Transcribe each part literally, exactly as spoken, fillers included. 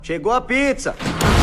Chegou a pizza!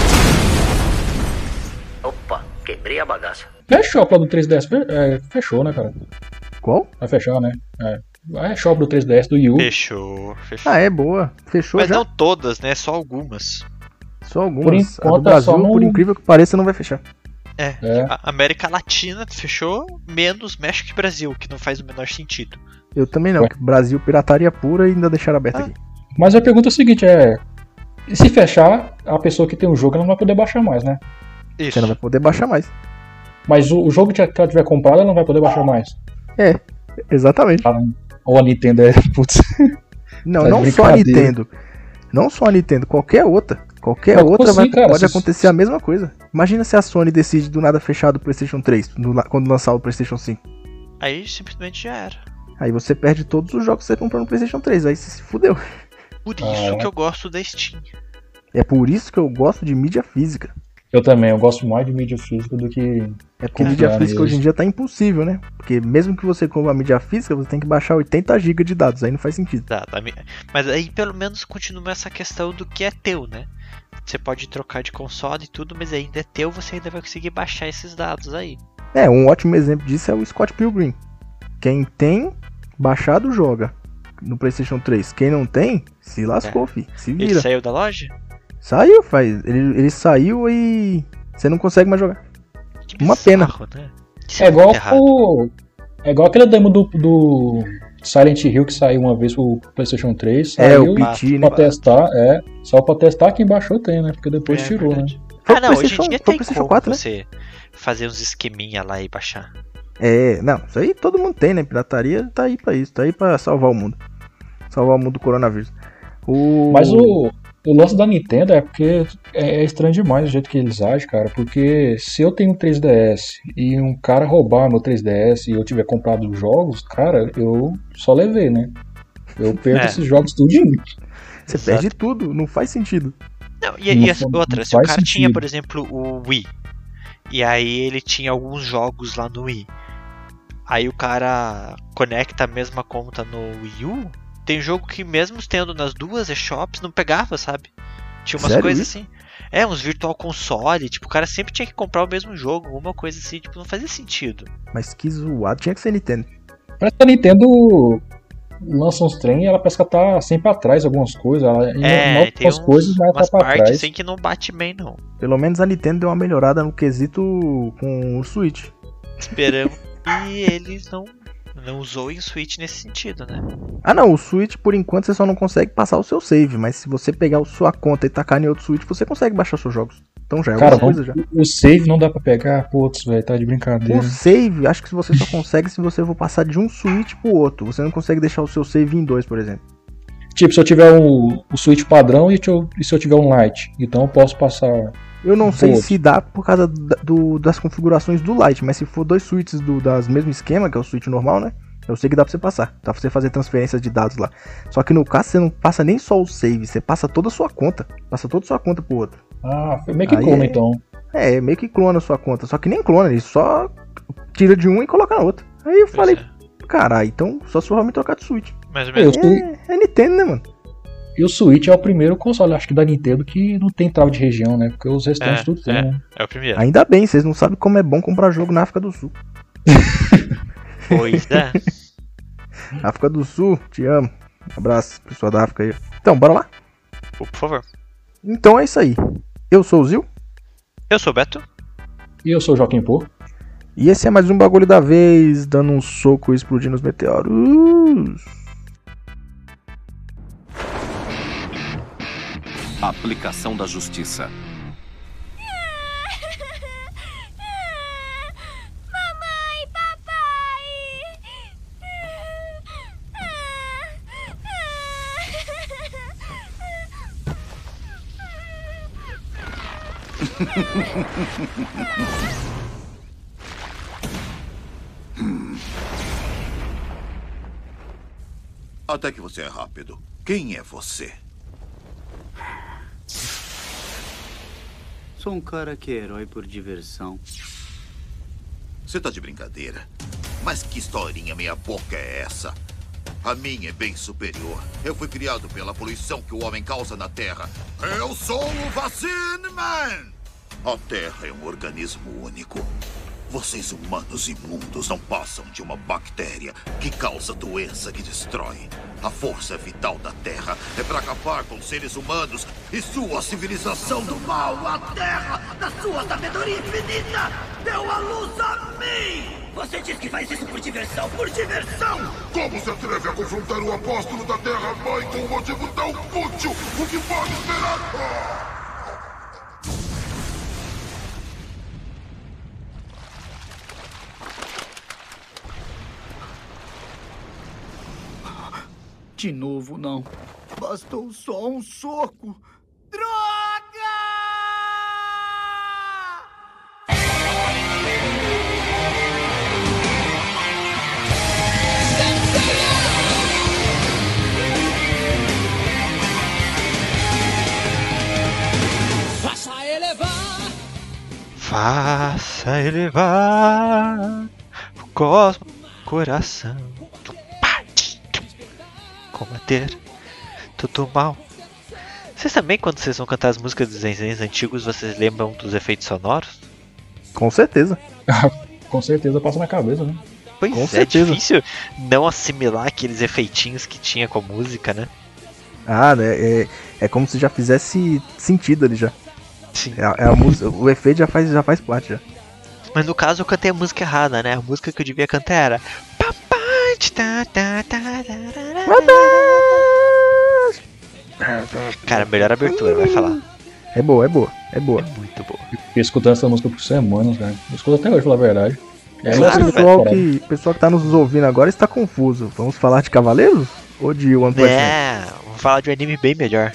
Opa, quebrei a bagaça. É shop lá do três D S, é, fechou, né, cara? Qual? Vai fechar, né? É. É shop do três D S do Wii U. Fechou, fechou. Ah, é boa. Fechou Mas já? não todas, né? Só algumas. Só algumas. Por A enquanto do Brasil, é só no... por incrível que pareça, não vai fechar. É, É. a América Latina fechou, menos México e Brasil, que não faz o menor sentido. Eu também não, Ué. que Brasil pirataria pura e ainda deixaram aberto Ah. aqui. Mas a pergunta é a seguinte, é... E se fechar, a pessoa que tem o jogo ela não vai poder baixar mais, né? Isso. Você não vai poder baixar mais. Mas o, o jogo que ela tiver comprado, ela não vai poder baixar mais. É, exatamente. Ah, ou a Nintendo é... Putz... Não, Tá de não só a brincadeira. Nintendo. Não só a Nintendo, qualquer outra. Qualquer Mas outra como vai- assim, cara? pode Se- acontecer a mesma coisa. Imagina se a Sony decide do nada fechar do PlayStation três, do la- quando lançar o PlayStation cinco. Aí simplesmente já era. Aí você perde todos os jogos que você comprou no PlayStation três, aí você se fudeu. Por Ah, isso é? que eu gosto da Steam. É por isso que eu gosto de mídia física. Eu também, eu gosto mais de mídia física do que... É porque É, mídia é física mesmo. hoje em dia tá impossível, né? Porque mesmo que você compre a mídia física, você tem que baixar oitenta gigas de dados, aí não faz sentido. Tá, tá, me- Mas aí pelo menos continua essa questão do que é teu, né? Você pode trocar de console e tudo, mas ainda é teu, você ainda vai conseguir baixar esses dados aí. É, um ótimo exemplo disso é o Scott Pilgrim. Quem tem, baixado joga no PlayStation três. Quem não tem, se lascou, fi. Se Ele vira. saiu da loja? Saiu, faz. Ele, ele saiu e você não consegue mais jogar. Que Uma pena. bizarro, né? Isso É igual muito errado. o... É igual aquele demo do, do Silent Hill que saiu uma vez pro PlayStation três. É, Saiu o P T, né? pra testar, é. Só pra testar, quem baixou tem, né? Porque depois É tirou, verdade. né? Foi Ah, não, pro hoje em PlayStation- dia foi pro tem PlayStation como quatro, né? você fazer uns esqueminha lá e baixar. É, não, isso aí todo mundo tem, né? Pirataria tá aí pra isso, tá aí pra salvar o mundo. Salvar o mundo do coronavírus. O... Mas o, o lance da Nintendo é porque é, é estranho demais o jeito que eles agem, cara. Porque se eu tenho um três D S e um cara roubar meu três D S e eu tiver comprado os jogos, cara, eu só levei, né? Eu perco É. esses jogos tudinho. Você Exato. perde tudo, não faz sentido. Não, e, Não e as fa- não outras, se o faz cara tinha, sentido. por exemplo, o Wii, e aí ele tinha alguns jogos lá no Wii, aí o cara conecta a mesma conta no Wii U, tem jogo que mesmo tendo nas duas eShops não pegava, sabe? Tinha umas Sério coisas isso? assim. É, uns virtual console, tipo, o cara sempre tinha que comprar o mesmo jogo, alguma coisa assim, tipo, não fazia sentido. Mas que zoado, tinha que ser Nintendo. Parece que a Nintendo lança uns trem e ela parece que ela tá sempre atrás de algumas coisas. Ela É, inova tem as uns, coisas, mas ela umas tá pra partes trás. assim que não bate bem, não. Pelo menos a Nintendo deu uma melhorada no quesito com o Switch. Esperamos que eles não, não zoem o Switch nesse sentido, né? Ah não, o Switch por enquanto você só não consegue passar o seu save, mas se você pegar a sua conta e tacar em outro Switch, você consegue baixar seus jogos. Então já é Cara, alguma não- coisa já. o save não dá pra pegar. Putz, velho, tá de brincadeira. O save, acho que você só consegue se você for passar de um Switch pro outro. Você não consegue deixar o seu save em dois, por exemplo. Tipo, se eu tiver o, o Switch padrão e, se eu- e se eu tiver um Lite, então eu posso passar. Eu não sei Pô. se dá por causa da- do- das configurações do Lite, mas se for dois Switches do das mesmo esquema, que é o Switch normal, né? Eu sei que dá pra você passar. Dá pra você fazer transferências de dados lá. Só que no caso você não passa nem só o save, você passa toda a sua conta. Passa toda a sua conta pro outro. Ah, foi meio que Aí clona é- então. É, meio que clona a sua conta. Só que nem clona, ele só tira de um e coloca na outra. Aí eu Pois falei, é. caralho, então só se for realmente trocar de Switch. Mais ou Eu menos. sei. É, é Nintendo, né, mano? E o Switch é o primeiro console, acho que da Nintendo, que não tem trava de região, né? Porque os restantes É, tudo tem, é. né? É o primeiro. Ainda bem, vocês não sabem como é bom comprar jogo na África do Sul. Pois é. África do Sul, te amo. Abraço, pessoal da África aí. Então, bora lá? Por favor. Então é isso aí. Eu sou o Zil. Eu sou o Beto. E eu sou o Joaquim Pô. E esse é mais um bagulho da vez, dando um soco e explodindo os meteoros. Aplicação da justiça. Mamãe, papai. Até que você é rápido. Quem é você? Sou um cara que é herói por diversão. Você tá de brincadeira? Mas que historinha meia boca é essa? A minha é bem superior. Eu fui criado pela poluição que o homem causa na Terra. Eu sou o Vaccine Man! A Terra é um organismo único. Vocês humanos imundos não passam de uma bactéria que causa doença que destrói. A força vital da Terra é para acabar com os seres humanos e sua civilização do mal. A Terra, na sua sabedoria infinita, deu a luz a mim! Você diz que faz isso por diversão, por diversão! Como se atreve a confrontar o apóstolo da Terra-mãe com um motivo tão fútil? O que pode esperar? De novo, não. Bastou só um soco. Droga! Faça elevar. Faça elevar o cosmo, coração. Combater tudo mal. Vocês também, quando vocês vão cantar as músicas dos desenhos antigos, vocês lembram dos efeitos sonoros? Com certeza. Com certeza passa na cabeça, né? Pois Com é, certeza. difícil não assimilar aqueles efeitinhos que tinha com a música, né? Ah, né? É, é como se já fizesse sentido ali já. Sim. É, a- é a música, o efeito já faz, já faz parte já. Mas no caso eu cantei a música errada, né? A música que eu devia cantar era Papai, tá, tá, tá, Cara, melhor abertura, vai falar. É boa, é boa, é boa. É muito boa. Fiquei escutando essa música por semanas, cara. Eu escuto até hoje, pra falar a verdade. E aí, O eu sei que pessoal tá que, o pessoal que tá nos ouvindo agora está confuso. Vamos falar de Cavaleiros? Ou de One Punch Man? É, vamos falar de um anime bem melhor.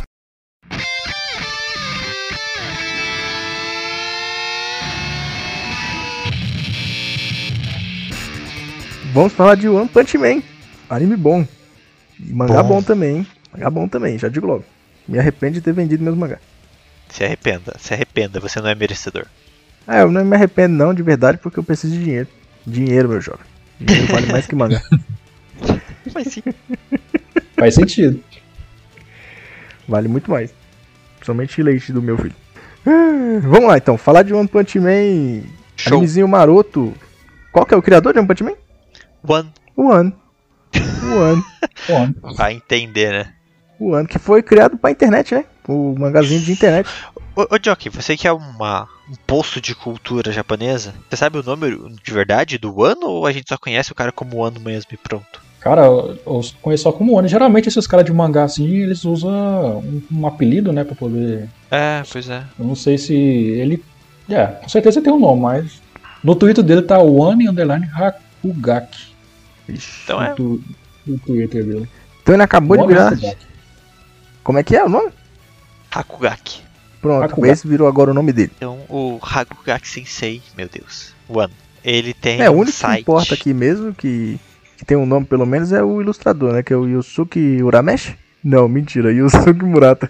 Vamos falar de One Punch Man. Anime bom. E mangá Bom. bom, também, hein? Mangá bom também, já digo logo. Me arrependo de ter vendido meus mangá. Se arrependa, se arrependa, você não é merecedor. Ah, eu não me arrependo não, de verdade, porque eu preciso de dinheiro. Dinheiro, meu jovem. Dinheiro vale mais que mangá. Mas sim. Faz sentido. Vale muito mais. Principalmente leite do meu filho. Ah, vamos lá então, falar de One Punch Man. Show. Animezinho maroto. Qual que é o criador de One Punch Man? One. O One. O One. Bom, Vai entender, né? O One, que foi criado pra internet, né? O magazinho de internet. Ô, ô Jockey, você que é uma, um poço de cultura japonesa, você sabe o nome de verdade do ano ou a gente só conhece o cara como ano mesmo e pronto? cara, eu eu conheço só como Oni. Geralmente esses caras de mangá assim, eles usam um, um apelido, né, pra poder... É, pois é. Eu não sei se ele... É, com certeza tem um nome, mas... No Twitter dele tá One Underline Hakugaki. Então é. No, tu- no Twitter dele. Então ele acabou de One virar. Hakugaki. Como é que é o nome? Hakugaki. Pronto, Hakugaki. esse virou agora o nome dele. Então o Hakugaki Sensei, meu Deus. One. Ele tem É, o um único site. que importa aqui mesmo, que, que tem um nome pelo menos, é o ilustrador, né? Que é o Yusuke Urameshi? Não, mentira, Yusuke Murata.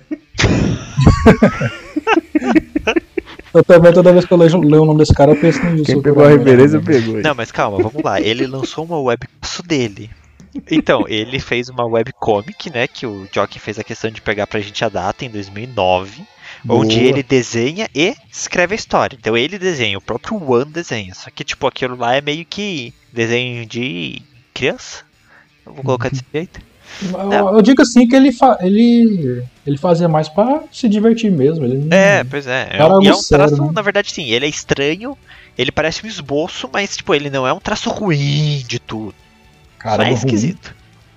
Eu também, toda vez que eu leio, leio o nome desse cara, eu penso no Quem Yusuke pegou a Urameshi, referência né? pegou. Não, mas calma, vamos lá. Ele lançou uma webcomic dele. Então, ele fez uma webcomic, né? Que o Jockey fez a questão de pegar pra gente a data em dois mil e nove. Onde Boa. ele desenha e escreve a história. Então ele desenha, o próprio One desenha. Só que, tipo, aquilo lá é meio que desenho de criança. Eu vou colocar desse jeito. Eu, eu digo assim que ele, fa ele, ele fazia mais pra se divertir mesmo. Ele não- É, pois é. É Cara, um, e é um algo sério, traço, né? na verdade, sim. Ele é estranho, ele parece um esboço, mas, tipo, ele não é um traço ruim de tudo. Cara, Só é ruim. esquisito.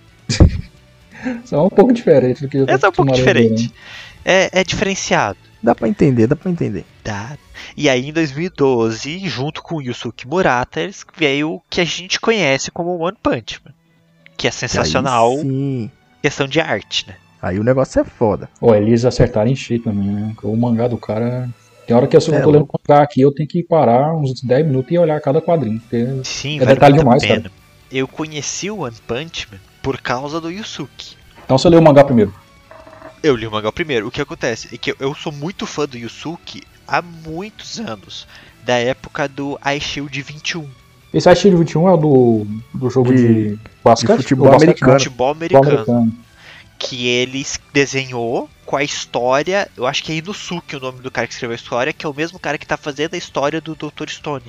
Só é um pouco diferente do que eu tô Essa é um pouco acostumado a ver, diferente. É, é diferenciado. Dá pra entender, dá pra entender. Tá? E aí, em dois mil e doze, junto com o Yusuke Murata, eles veio o que a gente conhece como One Punch Man. Que é sensacional, Aí sim. questão de arte, né? Aí o negócio é foda. Ó, eles acertaram em cheio também, né? Porque o mangá do cara. Tem hora que eu, se eu É, tô lendo louco. o mangá aqui, eu tenho que parar uns dez minutos e olhar cada quadrinho. Porque Sim, É vale detalhe muito demais, a pena. Eu conheci o One Punch Man por causa do Yusuke. Então você leu o mangá primeiro. Eu li o mangá primeiro. O que acontece é que eu- eu sou muito fã do Yusuke há muitos anos. Da época do iShield vinte e um. Esse Estúdio vinte e um é o do, do jogo de, De- basquete? de futebol Ou basquete, americano. não, Futebol futebol americano. americano. Que ele desenhou com a história, eu acho que é Inosuke o nome do cara que escreveu a história, que é o mesmo cara que tá fazendo a história do doutor Stone.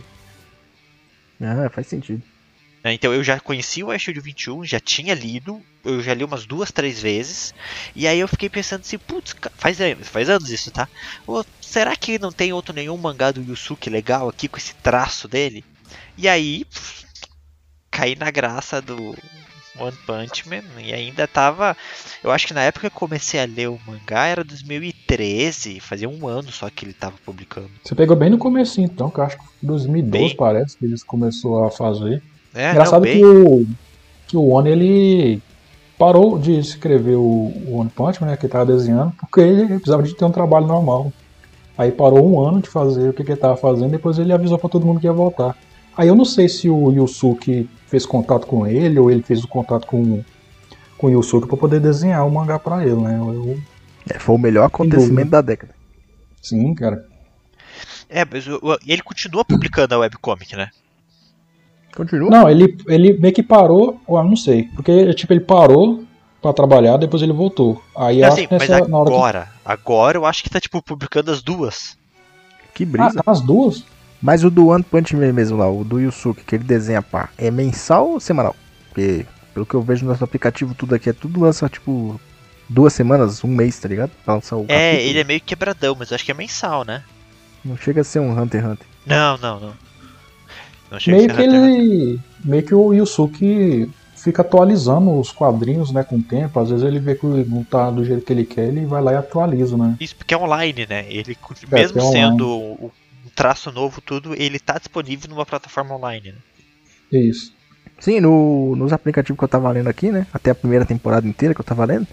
Ah, faz sentido. Né, então eu já conheci o Estúdio vinte e um, já tinha lido, eu já li umas duas, três vezes, e aí eu fiquei pensando assim, putz, ca- faz anos, faz anos isso, tá? Ô, será que não tem outro nenhum mangá do Yusuke legal aqui com esse traço dele? E aí, pff, caí na graça do One Punch Man, e ainda tava, eu acho que na época que eu comecei a ler o mangá era dois mil e treze, fazia um ano só que ele tava publicando. Você pegou bem no começo, então, que eu acho que em dois mil e doze Bem. parece que eles começou a fazer. É, Engraçado não, bem, que o, que o One, ele parou de escrever o, o One Punch Man, né, que ele tava desenhando, porque ele precisava de ter um trabalho normal. Aí parou um ano de fazer o que, que ele tava fazendo, depois ele avisou pra todo mundo que ia voltar. Aí eu não sei se o Yusuke fez contato com ele, ou ele fez o contato com, com o Yusuke pra poder desenhar o mangá pra ele, né? Eu, É, foi o melhor acontecimento da década. sim, cara. é, mas o- o- ele continua publicando a webcomic, né? Continua? Não, ele, ele meio que parou, ou eu não sei, porque tipo, ele parou pra trabalhar, depois ele voltou. Aí eu Não, acho assim, que mas nessa, na hora que... agora, agora eu acho que tá tipo publicando as duas. Que Ah, brisa. tá as duas? Mas o do One Punch Man mesmo lá, o do Yusuke, que ele desenha pá, é mensal ou semanal? Porque, pelo que eu vejo no nosso aplicativo, tudo aqui é tudo lança, tipo, duas semanas, um mês, tá ligado? Pra lançar o É, capítulo. ele é meio quebradão, mas eu acho que é mensal, né? Não chega a ser um Hunter x Hunter. Não, não, não. Não chega Meio a que ser Hunter x Hunter. ele. Meio que o Yusuke fica atualizando os quadrinhos, né, com o tempo. Às vezes ele vê que não tá do jeito que ele quer, ele vai lá e atualiza, né? Isso porque é online, né? Ele, cu- É, mesmo porque é online. sendo o- um traço novo, tudo, ele tá disponível numa plataforma online, né? É isso. Sim, no, nos aplicativos que eu tava lendo aqui, né? Até a primeira temporada inteira que eu tava lendo,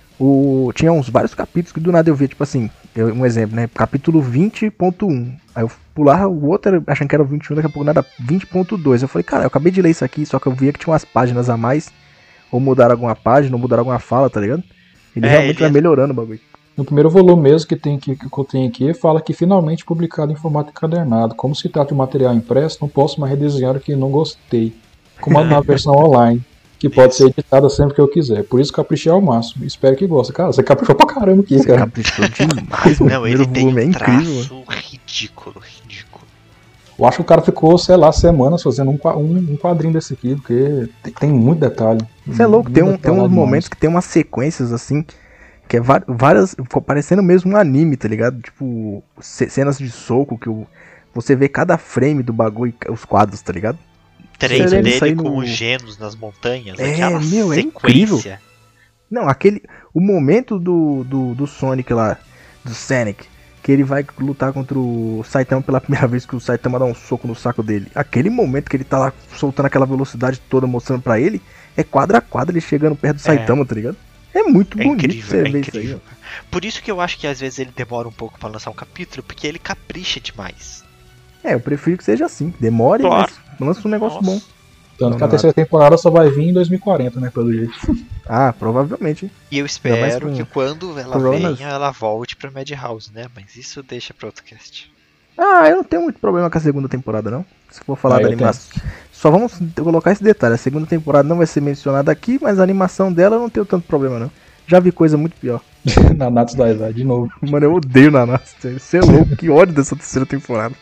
o, tinha uns vários capítulos que do nada eu via, tipo assim, eu- um exemplo, né? Capítulo vinte ponto um. Aí eu pulava o outro, era- achando que era o vinte e um, daqui a pouco nada, vinte ponto dois. Eu falei, cara, eu acabei de ler isso aqui, só que eu via que tinha umas páginas a mais, ou mudaram alguma página, ou mudaram alguma fala, tá ligado? Ele É, realmente ele vai é- melhorando o bagulho. No primeiro volume mesmo que, tem aqui, que eu tenho aqui, fala que finalmente publicado em formato encadernado. Como se trata de material impresso, não posso mais redesenhar o que não gostei. Como na versão online, que pode ser editada sempre que eu quiser. Por isso caprichei ao máximo. Espero que goste. Cara, você caprichou pra caramba aqui, Você cara. caprichou demais, mano. Não, O ele primeiro tem volume é um incrível, mano. traço ridículo, ridículo. Eu acho que o cara ficou, sei lá, semanas fazendo um, qua- um, um quadrinho desse aqui, porque tem, tem muito detalhe. Você é louco, tem, um, Muito tem uns detalhado momentos que tem umas sequências assim, que é va- várias, parecendo mesmo um anime, tá ligado? Tipo, ce- cenas de soco que o, você vê cada frame do bagulho, os quadros, tá ligado? Treino Você vê dele isso aí com no- os genos nas montanhas, É, aquela meu, é sequência. incrível. Não, aquele. O momento do, do, do Sonic lá, do Sonic, que ele vai lutar contra o Saitama pela primeira vez, que o Saitama dá um soco no saco dele. Aquele momento que ele tá lá soltando aquela velocidade toda, mostrando pra ele, é quadro a quadro ele chegando perto do Saitama, tá ligado? É muito É bonito incrível, você é ver isso aí, incrível. ó. Por isso que eu acho que às vezes ele demora um pouco pra lançar um capítulo, porque ele capricha demais. É, eu prefiro que seja assim. Demore, Claro. mas lança um negócio Nossa. bom. Tanto Não, que a não. terceira temporada só vai vir em dois mil e quarenta, né, pelo jeito. Ah, provavelmente. hein? E eu mais espero com que quando ela Coronas. venha, ela volte pra Madhouse, né? Mas isso deixa pra outro cast. Ah, eu não tenho muito problema com a segunda temporada, não. Se for falar Ah, da eu animação. Só vamos colocar esse detalhe. A segunda temporada não vai ser mencionada aqui, mas a animação dela eu não tenho tanto problema, não. Já vi coisa muito pior. Nanatsu Daizai, de novo. Mano, eu odeio Nanatsu. Você é louco, que ódio dessa terceira temporada.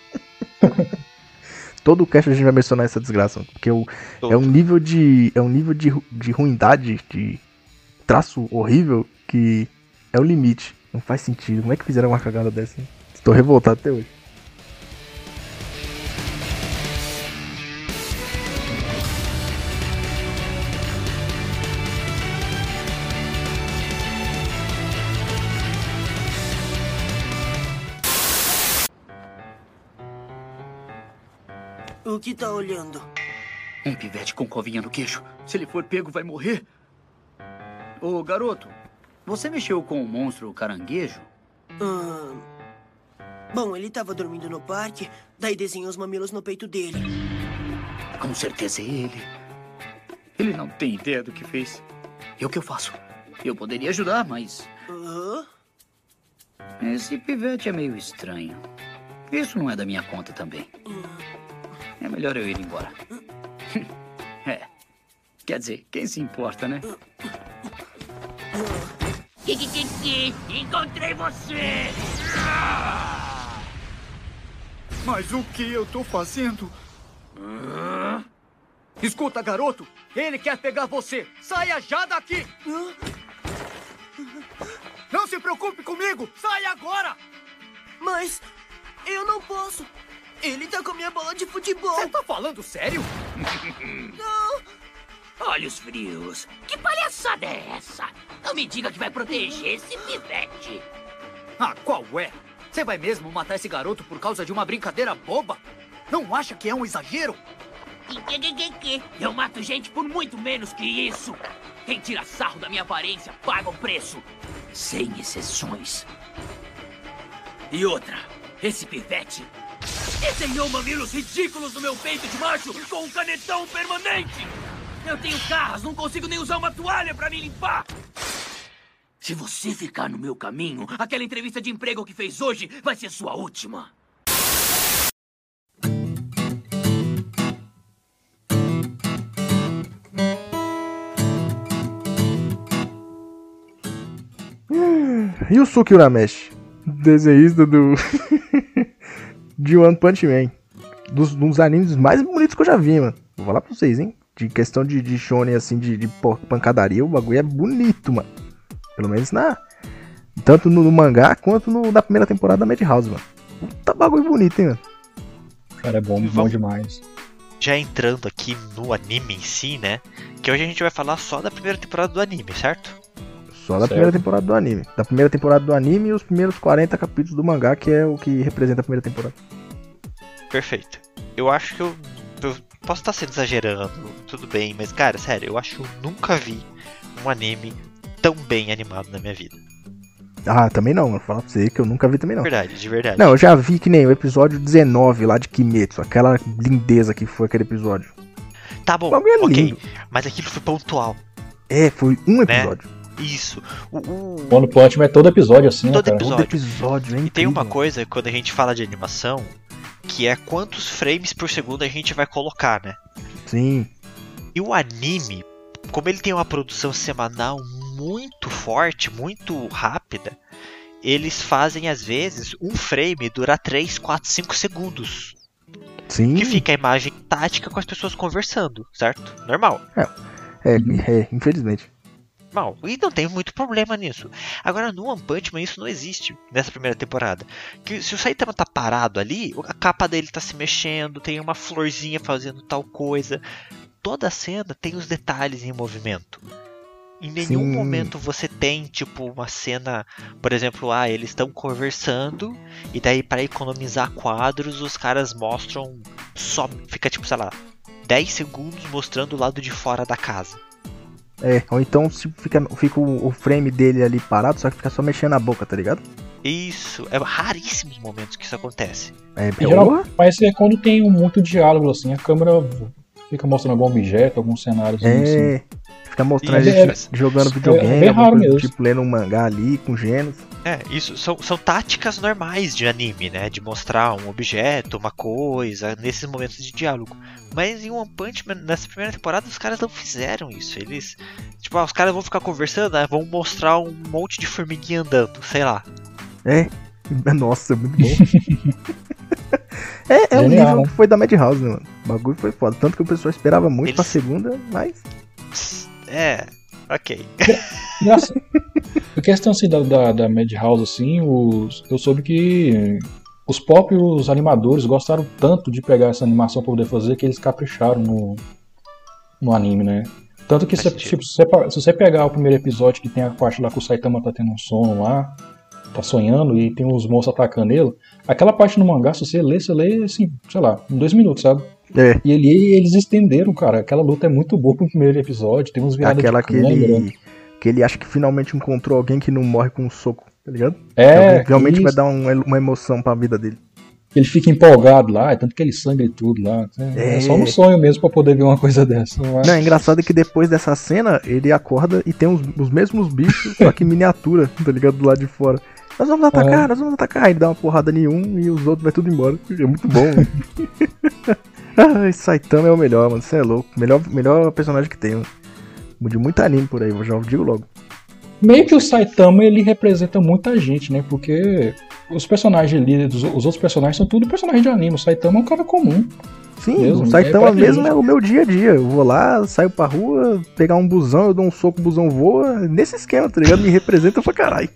Todo o cast a gente vai mencionar essa desgraça, porque o, é um nível de. É um nível de, ru- de ruindade, de traço horrível, que é o limite. Não faz sentido. Como é que fizeram uma cagada dessa? hein? Estou revoltado até hoje. O que tá olhando? Um pivete com covinha no queixo. Se ele for pego, vai morrer. Ô, garoto, você mexeu com o monstro caranguejo? Ah, bom, ele tava dormindo no parque, daí desenhou os mamilos no peito dele. Com certeza é ele. Ele não tem ideia do que fez. E o que eu faço? Eu poderia ajudar, mas... Hã? Esse pivete é meio estranho. Isso não é da minha conta também. É melhor eu ir embora. Quer dizer, quem se importa, né? Que, que, que, que? Encontrei você! Mas o que eu tô fazendo? Escuta, garoto. Ele quer pegar você. Saia já daqui! Não se preocupe comigo! Saia agora! Mas eu não posso. Ele tá com a minha bola de futebol. Você tá falando sério? Não. Olhos frios. Que palhaçada é essa? Não me diga que vai proteger esse pivete. Ah, qual é? Você vai mesmo matar esse garoto por causa de uma brincadeira boba? Não acha que é um exagero? Que, que, que, que? Eu mato gente por muito menos que isso. Quem tira sarro da minha aparência paga o preço. Sem exceções. E outra, esse pivete desenhou mamilos ridículos no meu peito de macho com um canetão permanente. Eu tenho carros, não consigo nem usar uma toalha pra me limpar. Se você ficar no meu caminho, aquela entrevista de emprego que fez hoje vai ser sua última. E o Suki Urameshi, desenhista do de One Punch Man, dos, dos animes mais bonitos que eu já vi, mano. Vou falar pra vocês, hein. De questão de, de shonen, assim, de, de pancadaria, o bagulho é bonito, mano. Pelo menos na... Tanto no, no mangá, quanto no, na primeira temporada da Madhouse, mano. Puta bagulho bonito, hein, mano. Cara, é bom, bom demais. Já entrando aqui no anime em si, né? Que hoje a gente vai falar só da primeira temporada do anime, certo? Só da certo. primeira temporada do anime. Da primeira temporada do anime e os primeiros quarenta capítulos do mangá, que é o que representa a primeira temporada. Perfeito. Eu acho que eu... eu posso estar sendo exagerando, tudo bem, mas cara, sério, eu acho que eu nunca vi um anime tão bem animado na minha vida. Ah, também não, vou falar pra você que eu nunca vi também não. De verdade, de verdade. Não, eu já vi que nem o episódio dezenove lá de Kimetsu, aquela lindeza que foi aquele episódio. Tá bom, é ok, lindo. Mas aquilo foi pontual. É, foi um episódio. Né? Isso. O, o... One Punch Man é todo episódio assim, todo né, cara? episódio. Todo episódio, hein? E tem uma coisa, quando a gente fala de animação, que é quantos frames por segundo a gente vai colocar, né? Sim. E o anime, como ele tem uma produção semanal muito forte, muito rápida, eles fazem às vezes um frame durar três, quatro, cinco segundos. Sim. Que fica a imagem tática com as pessoas conversando, certo? Normal. É, é, é infelizmente. Mal, e não tem muito problema nisso. Agora no One Punch Man isso não existe nessa primeira temporada. Que se o Saitama tá parado ali, a capa dele tá se mexendo, tem uma florzinha fazendo tal coisa. Toda a cena tem os detalhes em movimento. Em nenhum Sim. momento você tem tipo uma cena, por exemplo, ah, eles estão conversando e daí para economizar quadros os caras mostram só, fica tipo, sei lá, dez segundos mostrando o lado de fora da casa. É, ou então se fica, fica o, o frame dele ali parado, só que fica só mexendo a boca, tá ligado? Isso, é raríssimos momentos que isso acontece. É, Em geral, mas é quando tem um muito diálogo, assim, a câmera fica mostrando algum objeto, algum cenário É, assim. fica mostrando E ele é- jogando videogame, é bem alguma raro coisa do mesmo. tipo lendo um mangá ali com gêneros. É, isso são, são táticas normais de anime, né? De mostrar um objeto, uma coisa, nesses momentos de diálogo. Mas em One Punch Man, nessa primeira temporada, os caras não fizeram isso. Eles, tipo, ah, os caras vão ficar conversando, né? Vão mostrar um monte de formiguinha andando, sei lá. É, nossa, muito bom. é, é o Genial, nível né? que foi da Madhouse, né, mano? O bagulho foi foda. Tanto que o pessoal esperava muito Eles- pra segunda, mas. É, ok. Nossa, a questão assim da, da, da Madhouse, assim, os, eu soube que os próprios animadores gostaram tanto de pegar essa animação pra poder fazer que eles capricharam no, no anime, né? Tanto que Faz cê, sentido. tipo, se, você, pa- se você pegar o primeiro episódio que tem a parte lá que o Saitama tá tendo um sono lá, tá sonhando e tem os monstros atacando ele, aquela parte no mangá, se você ler, você lê assim, sei lá, em dois minutos, sabe? É, E ele, eles estenderam, cara. Aquela luta é muito boa pro primeiro episódio. Tem uns viradas aquela de que câmera. ele. Que ele acha que finalmente encontrou alguém que não morre com um soco, tá ligado? É, Alguém realmente isso. vai dar um- uma emoção pra vida dele. Ele fica empolgado lá, tanto que ele sangra e tudo lá. É, É. só no sonho mesmo pra poder ver uma coisa dessa. Não é? Não, é engraçado que depois dessa cena, ele acorda e tem os, os mesmos bichos, só que em miniatura, tá ligado? Do lado de fora. Nós vamos atacar, É. nós vamos atacar. Ele dá uma porrada em um e os outros vai tudo embora. É muito bom. Né? Ai, Saitama é o melhor, mano. Você é louco. Melhor, melhor personagem que tem, mano. De muito anime por aí, eu já digo logo. Meio que o Saitama, ele representa muita gente, né? Porque os personagens ali, os outros personagens são tudo personagens de anime. O Saitama é um cara comum. Sim, mesmo, o Saitama é mesmo é o meu dia a dia. Eu vou lá, saio pra rua, pegar um busão, eu dou um soco, o busão voa. Nesse esquema, tá ligado? Me representa pra caralho.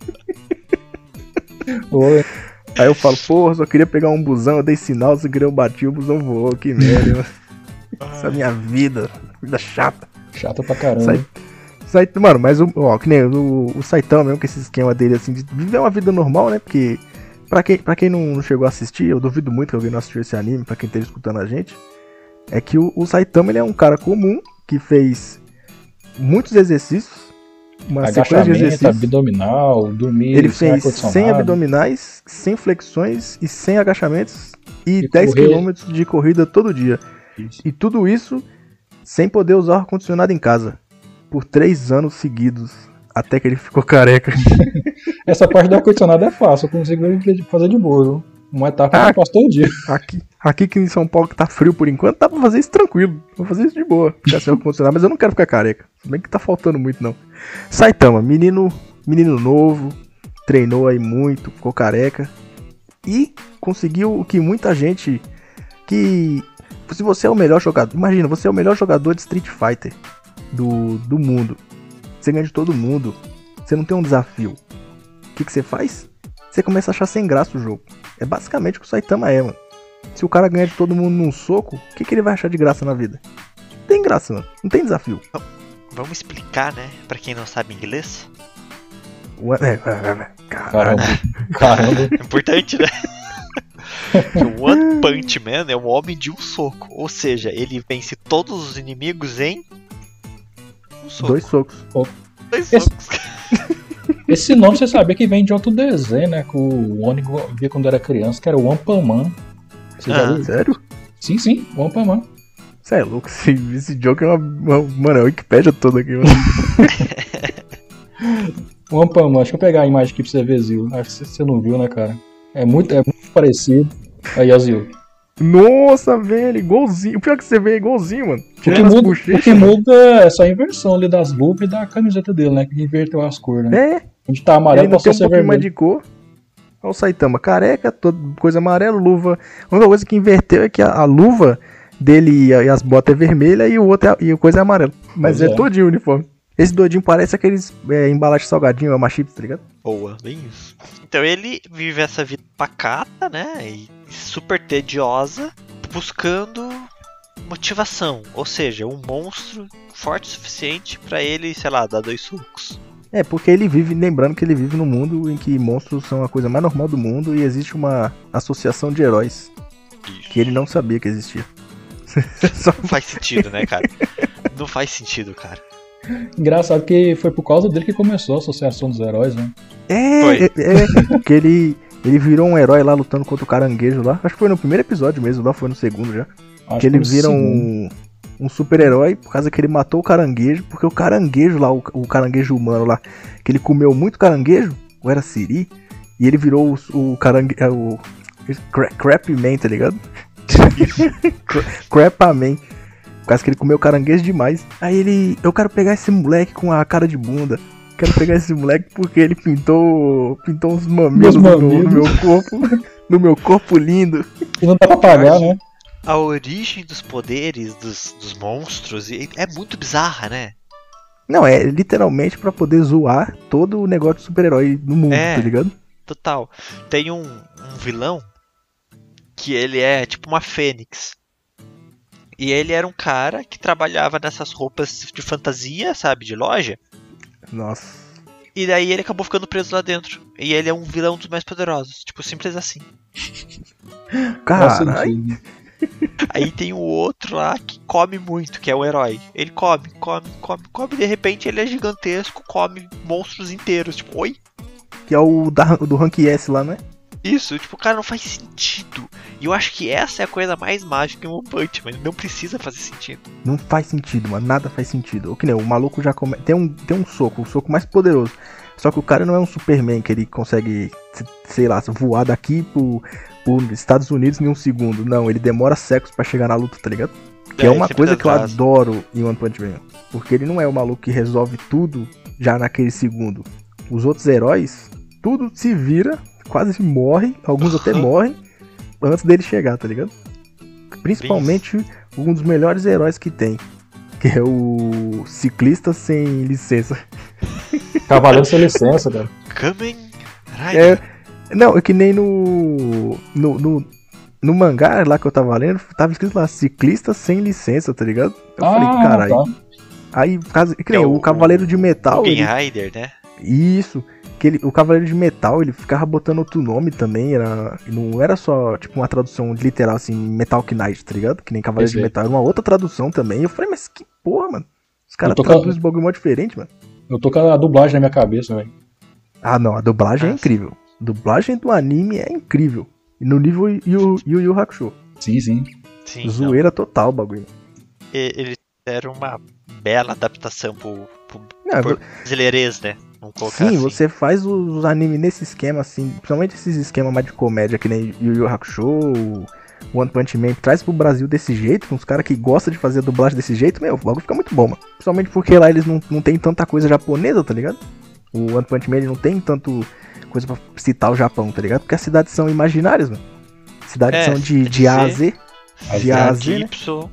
Oi. Aí eu falo, porra, só queria pegar um busão, eu dei sinal, só queria eu bati, o busão voou, que merda, mano. Essa é a minha vida, vida chata. Chata pra caramba. Sai, sai, mano, mas o, ó, que nem o, o Saitama mesmo, com esse esquema dele, assim, de viver uma vida normal, né? Porque, pra quem, pra quem não chegou a assistir, eu duvido muito que alguém não assistiu esse anime, pra quem esteja escutando a gente, é que o, o Saitama, ele é um cara comum, que fez muitos exercícios, uma sequência de exercícios. Abdominal, dormir, ele fez cem abdominais, cem flexões e cem agachamentos e, e dez quilômetros de corrida todo dia. Isso. E tudo isso sem poder usar o ar-condicionado em casa. Por três anos seguidos. Até que ele ficou careca. Essa parte do ar-condicionado é fácil. Eu consigo fazer de boa. Viu? Uma etapa ah, que eu faço todo dia. Aqui, aqui que em São Paulo que tá frio por enquanto, dá pra fazer isso tranquilo. Vou fazer isso de boa. Ficar sem ar-condicionado, mas eu não quero ficar careca. Se bem que tá faltando muito não. Saitama, menino, menino novo. Treinou aí muito, ficou careca. E conseguiu o que muita gente... Que... Se você é o melhor jogador, imagina, você é o melhor jogador de Street Fighter do, do mundo. Você ganha de todo mundo. Você não tem um desafio. O que, que você faz? Você começa a achar sem graça o jogo. É basicamente o que o Saitama é, mano. Se o cara ganha de todo mundo num soco, o que, que ele vai achar de graça na vida? Não tem graça, mano. Não tem desafio. Vamos explicar, né? Pra quem não sabe inglês. Ué, é, é, é, caramba. Caramba. É importante, né? O One Punch Man é um homem de um soco. Ou seja, ele vence todos os inimigos em um soco. Dois socos. Oh. Dois esse, socos. Esse nome você sabia que vem de outro desenho, né? Que o Oni via quando era criança, que era o One Punch Man. Você ah, já viu? Sério? Sim, sim, One Punch Man. Você é louco, esse, esse jogo é uma, uma. Mano, é a Wikipédia toda aqui, mano. One Punch Man, deixa eu pegar a imagem aqui pra você ver, Zil. Acho que você não viu, né, cara? É muito, é muito parecido. Aí, ó, Zil. Nossa, velho, igualzinho. O pior que você vê é igualzinho, mano. O que, muda, o que muda é só a inversão ali das luvas e da camiseta dele, né? Que inverteu as cores, né? É. Onde tá amarelo, passou a ser um vermelho. Mais de cor. Olha o Saitama, careca, todo, coisa amarela, luva. A única coisa que inverteu é que a, a luva dele e, a, e as botas é vermelha e o outro é, e a coisa é amarela. Mas é, é todinho o uniforme. Esse doidinho parece aqueles é, embalagens salgadinho, ama chips, tá ligado? Boa, bem isso. Então ele vive essa vida pacata, né? E super tediosa, buscando motivação. Ou seja, um monstro forte o suficiente pra ele, sei lá, dar dois socos. É, porque ele vive, lembrando que ele vive num mundo em que monstros são a coisa mais normal do mundo e existe uma associação de heróis. Isso. Que ele não sabia que existia. Só... Não faz sentido, né, cara? Não faz sentido, cara. Engraçado que foi por causa dele que começou a Associação dos Heróis, né? É, é, é que ele, ele virou um herói lá lutando contra o caranguejo lá. Acho que foi no primeiro episódio mesmo, lá foi no segundo já. Acho que ele vira um, um super-herói por causa que ele matou o caranguejo. Porque o caranguejo lá, o, o caranguejo humano lá, que ele comeu muito caranguejo, ou era siri, e ele virou o, o caranguejo, o Crap Man, tá ligado? Crap-Man. Por causa que ele comeu caranguejo demais. Aí ele... Eu quero pegar esse moleque com a cara de bunda. Quero pegar esse moleque porque ele pintou... Pintou uns mamilos, mamilos. No, no meu corpo. No meu corpo lindo. E não dá pra pagar, né? A origem dos poderes dos, dos monstros é muito bizarra, né? Não, é literalmente pra poder zoar todo o negócio de super-herói no mundo, é, tá ligado? Total. Tem um, um vilão que ele é tipo uma fênix. E ele era um cara que trabalhava nessas roupas de fantasia, sabe, de loja. Nossa. E daí ele acabou ficando preso lá dentro. E ele é um vilão dos mais poderosos. Tipo, simples assim. Caralho. Aí tem o outro lá que come muito, que é o herói. Ele come, come, come, come. E de repente ele é gigantesco, come monstros inteiros. Tipo, oi? Que é o da, do Rank S lá, né? Isso, tipo, cara, não faz sentido. E eu acho que essa é a coisa mais mágica em One Punch Man. Não precisa fazer sentido. Não faz sentido, mano. Nada faz sentido. O que nem o maluco já come... tem um tem um soco, o soco mais poderoso. Só que o cara não é um Superman que ele consegue, sei lá, voar daqui pro, pro Estados Unidos em um segundo. Não, ele demora séculos pra chegar na luta, tá ligado? Que é, é uma coisa que eu adoro em One Punch Man. Porque ele não é o maluco que resolve tudo já naquele segundo. Os outros heróis, tudo se vira, quase morre, alguns até morrem antes dele chegar, tá ligado? Principalmente um dos melhores heróis que tem, que é o ciclista sem licença. Cavaleiro sem licença, cara. Kamen Rider. É, não, é que nem no, no, no, no mangá lá que eu tava lendo, tava escrito lá, ciclista sem licença, tá ligado? Eu ah, falei, cara, tá. aí, aí que nem é o, o Cavaleiro de Metal... Kamen ele... Rider, né? Isso, que ele, o Cavaleiro de Metal, ele ficava botando outro nome também, era, não era só tipo uma tradução literal assim, Metal Knight, tá ligado? Que nem Cavaleiro Esse de é. Metal, era uma outra tradução também. Eu falei, mas que porra, mano? Os caras com... traduzem esse bagulho mó diferente, mano. Eu tô com a dublagem na minha cabeça, velho. Ah, não, a dublagem Nossa. é incrível. A dublagem do anime é incrível. E no nível Yu Yu Yu Hakusho. Sim, sim. Sim, Zoeira não. Total o bagulho. Ele era uma bela adaptação pro, pro, não, pro brasileirês, né? Sim, assim. Você faz os animes nesse esquema, assim, principalmente esses esquemas mais de comédia, que nem Yu Yu Hakusho, One Punch Man, traz pro Brasil desse jeito, com os caras que gostam de fazer a dublagem desse jeito, meu, logo fica muito bom, mano. Principalmente porque lá eles não, não tem tanta coisa japonesa, tá ligado? O One Punch Man ele não tem tanto coisa pra citar o Japão, tá ligado? Porque as cidades são imaginárias, mano. Cidades é, são de, de A a Z. De A a Z, né?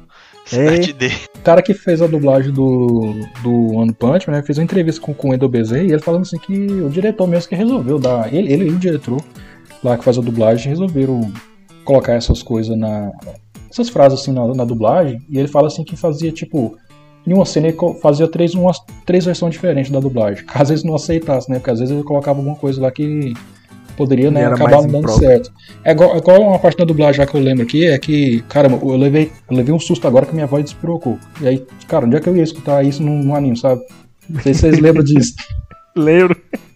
Cidade D. O cara que fez a dublagem do, do One Punch Man, né, fez uma entrevista com, com o Endo Bezerra e ele falando assim que o diretor mesmo que resolveu dar. Ele, ele e o diretor lá que faz a dublagem resolveram colocar essas coisas na. Essas frases assim na, na dublagem. E ele fala assim que fazia tipo. Em uma cena ele fazia três, umas, três versões diferentes da dublagem. Caso eles não aceitassem, né? Porque às vezes ele colocava alguma coisa lá que poderia, né, acabar não dando certo. É igual, é igual uma parte da dublagem já que eu lembro aqui, é que, cara, eu levei, eu levei um susto agora que minha voz despirocou. E aí, cara, onde é que eu ia escutar isso num, num anime, sabe? Não sei se vocês lembram disso. Lembro.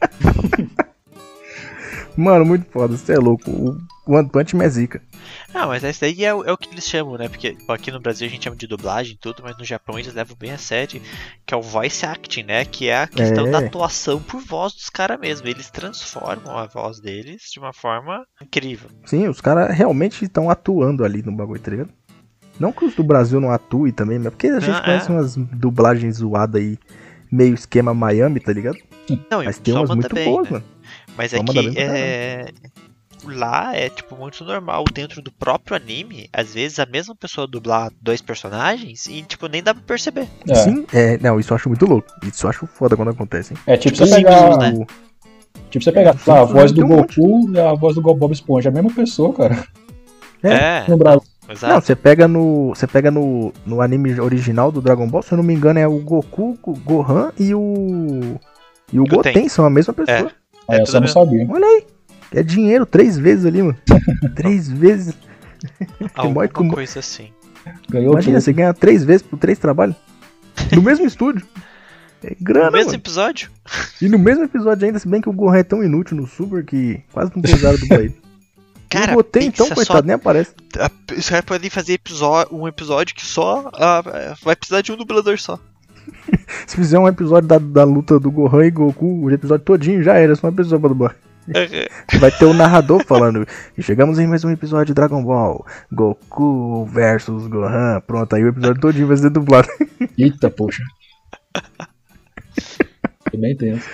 Mano, muito foda, você é louco. O One Punch Man é zica. Ah, mas esse daí é o, é o que eles chamam, né? Porque pô, aqui no Brasil a gente chama de dublagem e tudo, mas no Japão eles levam bem a sério, que é o voice acting, né? Que é a questão É. da atuação por voz dos caras mesmo. Eles transformam a voz deles de uma forma incrível. Sim, os caras realmente estão atuando ali no bagulho, tá ligado? Não que os do Brasil não atuem também, mas porque a gente Ah, conhece é. umas dublagens zoadas aí, meio esquema Miami, tá ligado? Não, e Mas o tem pessoal umas manda muito bem, boas, né? mano. Mas é Só manda que bem pra é... lá é tipo muito normal dentro do próprio anime, às vezes a mesma pessoa dublar dois personagens e tipo nem dá pra perceber. É. Sim, é, não, isso eu acho muito louco. Isso eu acho foda quando acontece, hein? É tipo, Tipo você pegar. Simpsons, né? Tipo você pegar É, lá, a Simpsons voz tem do um monte. Goku e a voz do Bob Esponja. É a mesma pessoa, cara. É, No Brasil. exato. Não, você pega no. Você pega no, no anime original do Dragon Ball, se eu não me engano, é o Goku, o Gohan e o. E o Goten. Goten são a mesma pessoa. É, eu só não sabia. Olha aí. É dinheiro três vezes ali, mano. três vezes. Alguma com- coisa assim. Ganhou Imagina, tudo. você ganha três vezes por três trabalhos. No mesmo estúdio. É grana, No mesmo mano. episódio? E no mesmo episódio ainda, se bem que o Gohan é tão inútil no Super que quase não precisaram do ele. Cara, o Goten, então, pensa coitado, só- nem aparece. A- Os caras podem fazer episódio, um episódio que só ah, vai precisar de um dublador só. Se fizer um episódio da, da luta do Gohan e Goku, o episódio todinho já era, só uma pessoa pra dublar. Vai ter o narrador falando. E chegamos em mais um episódio de Dragon Ball. Goku versus Gohan. Pronto, aí o episódio todinho vai ser dublado. Eita, poxa. Foi bem tenso.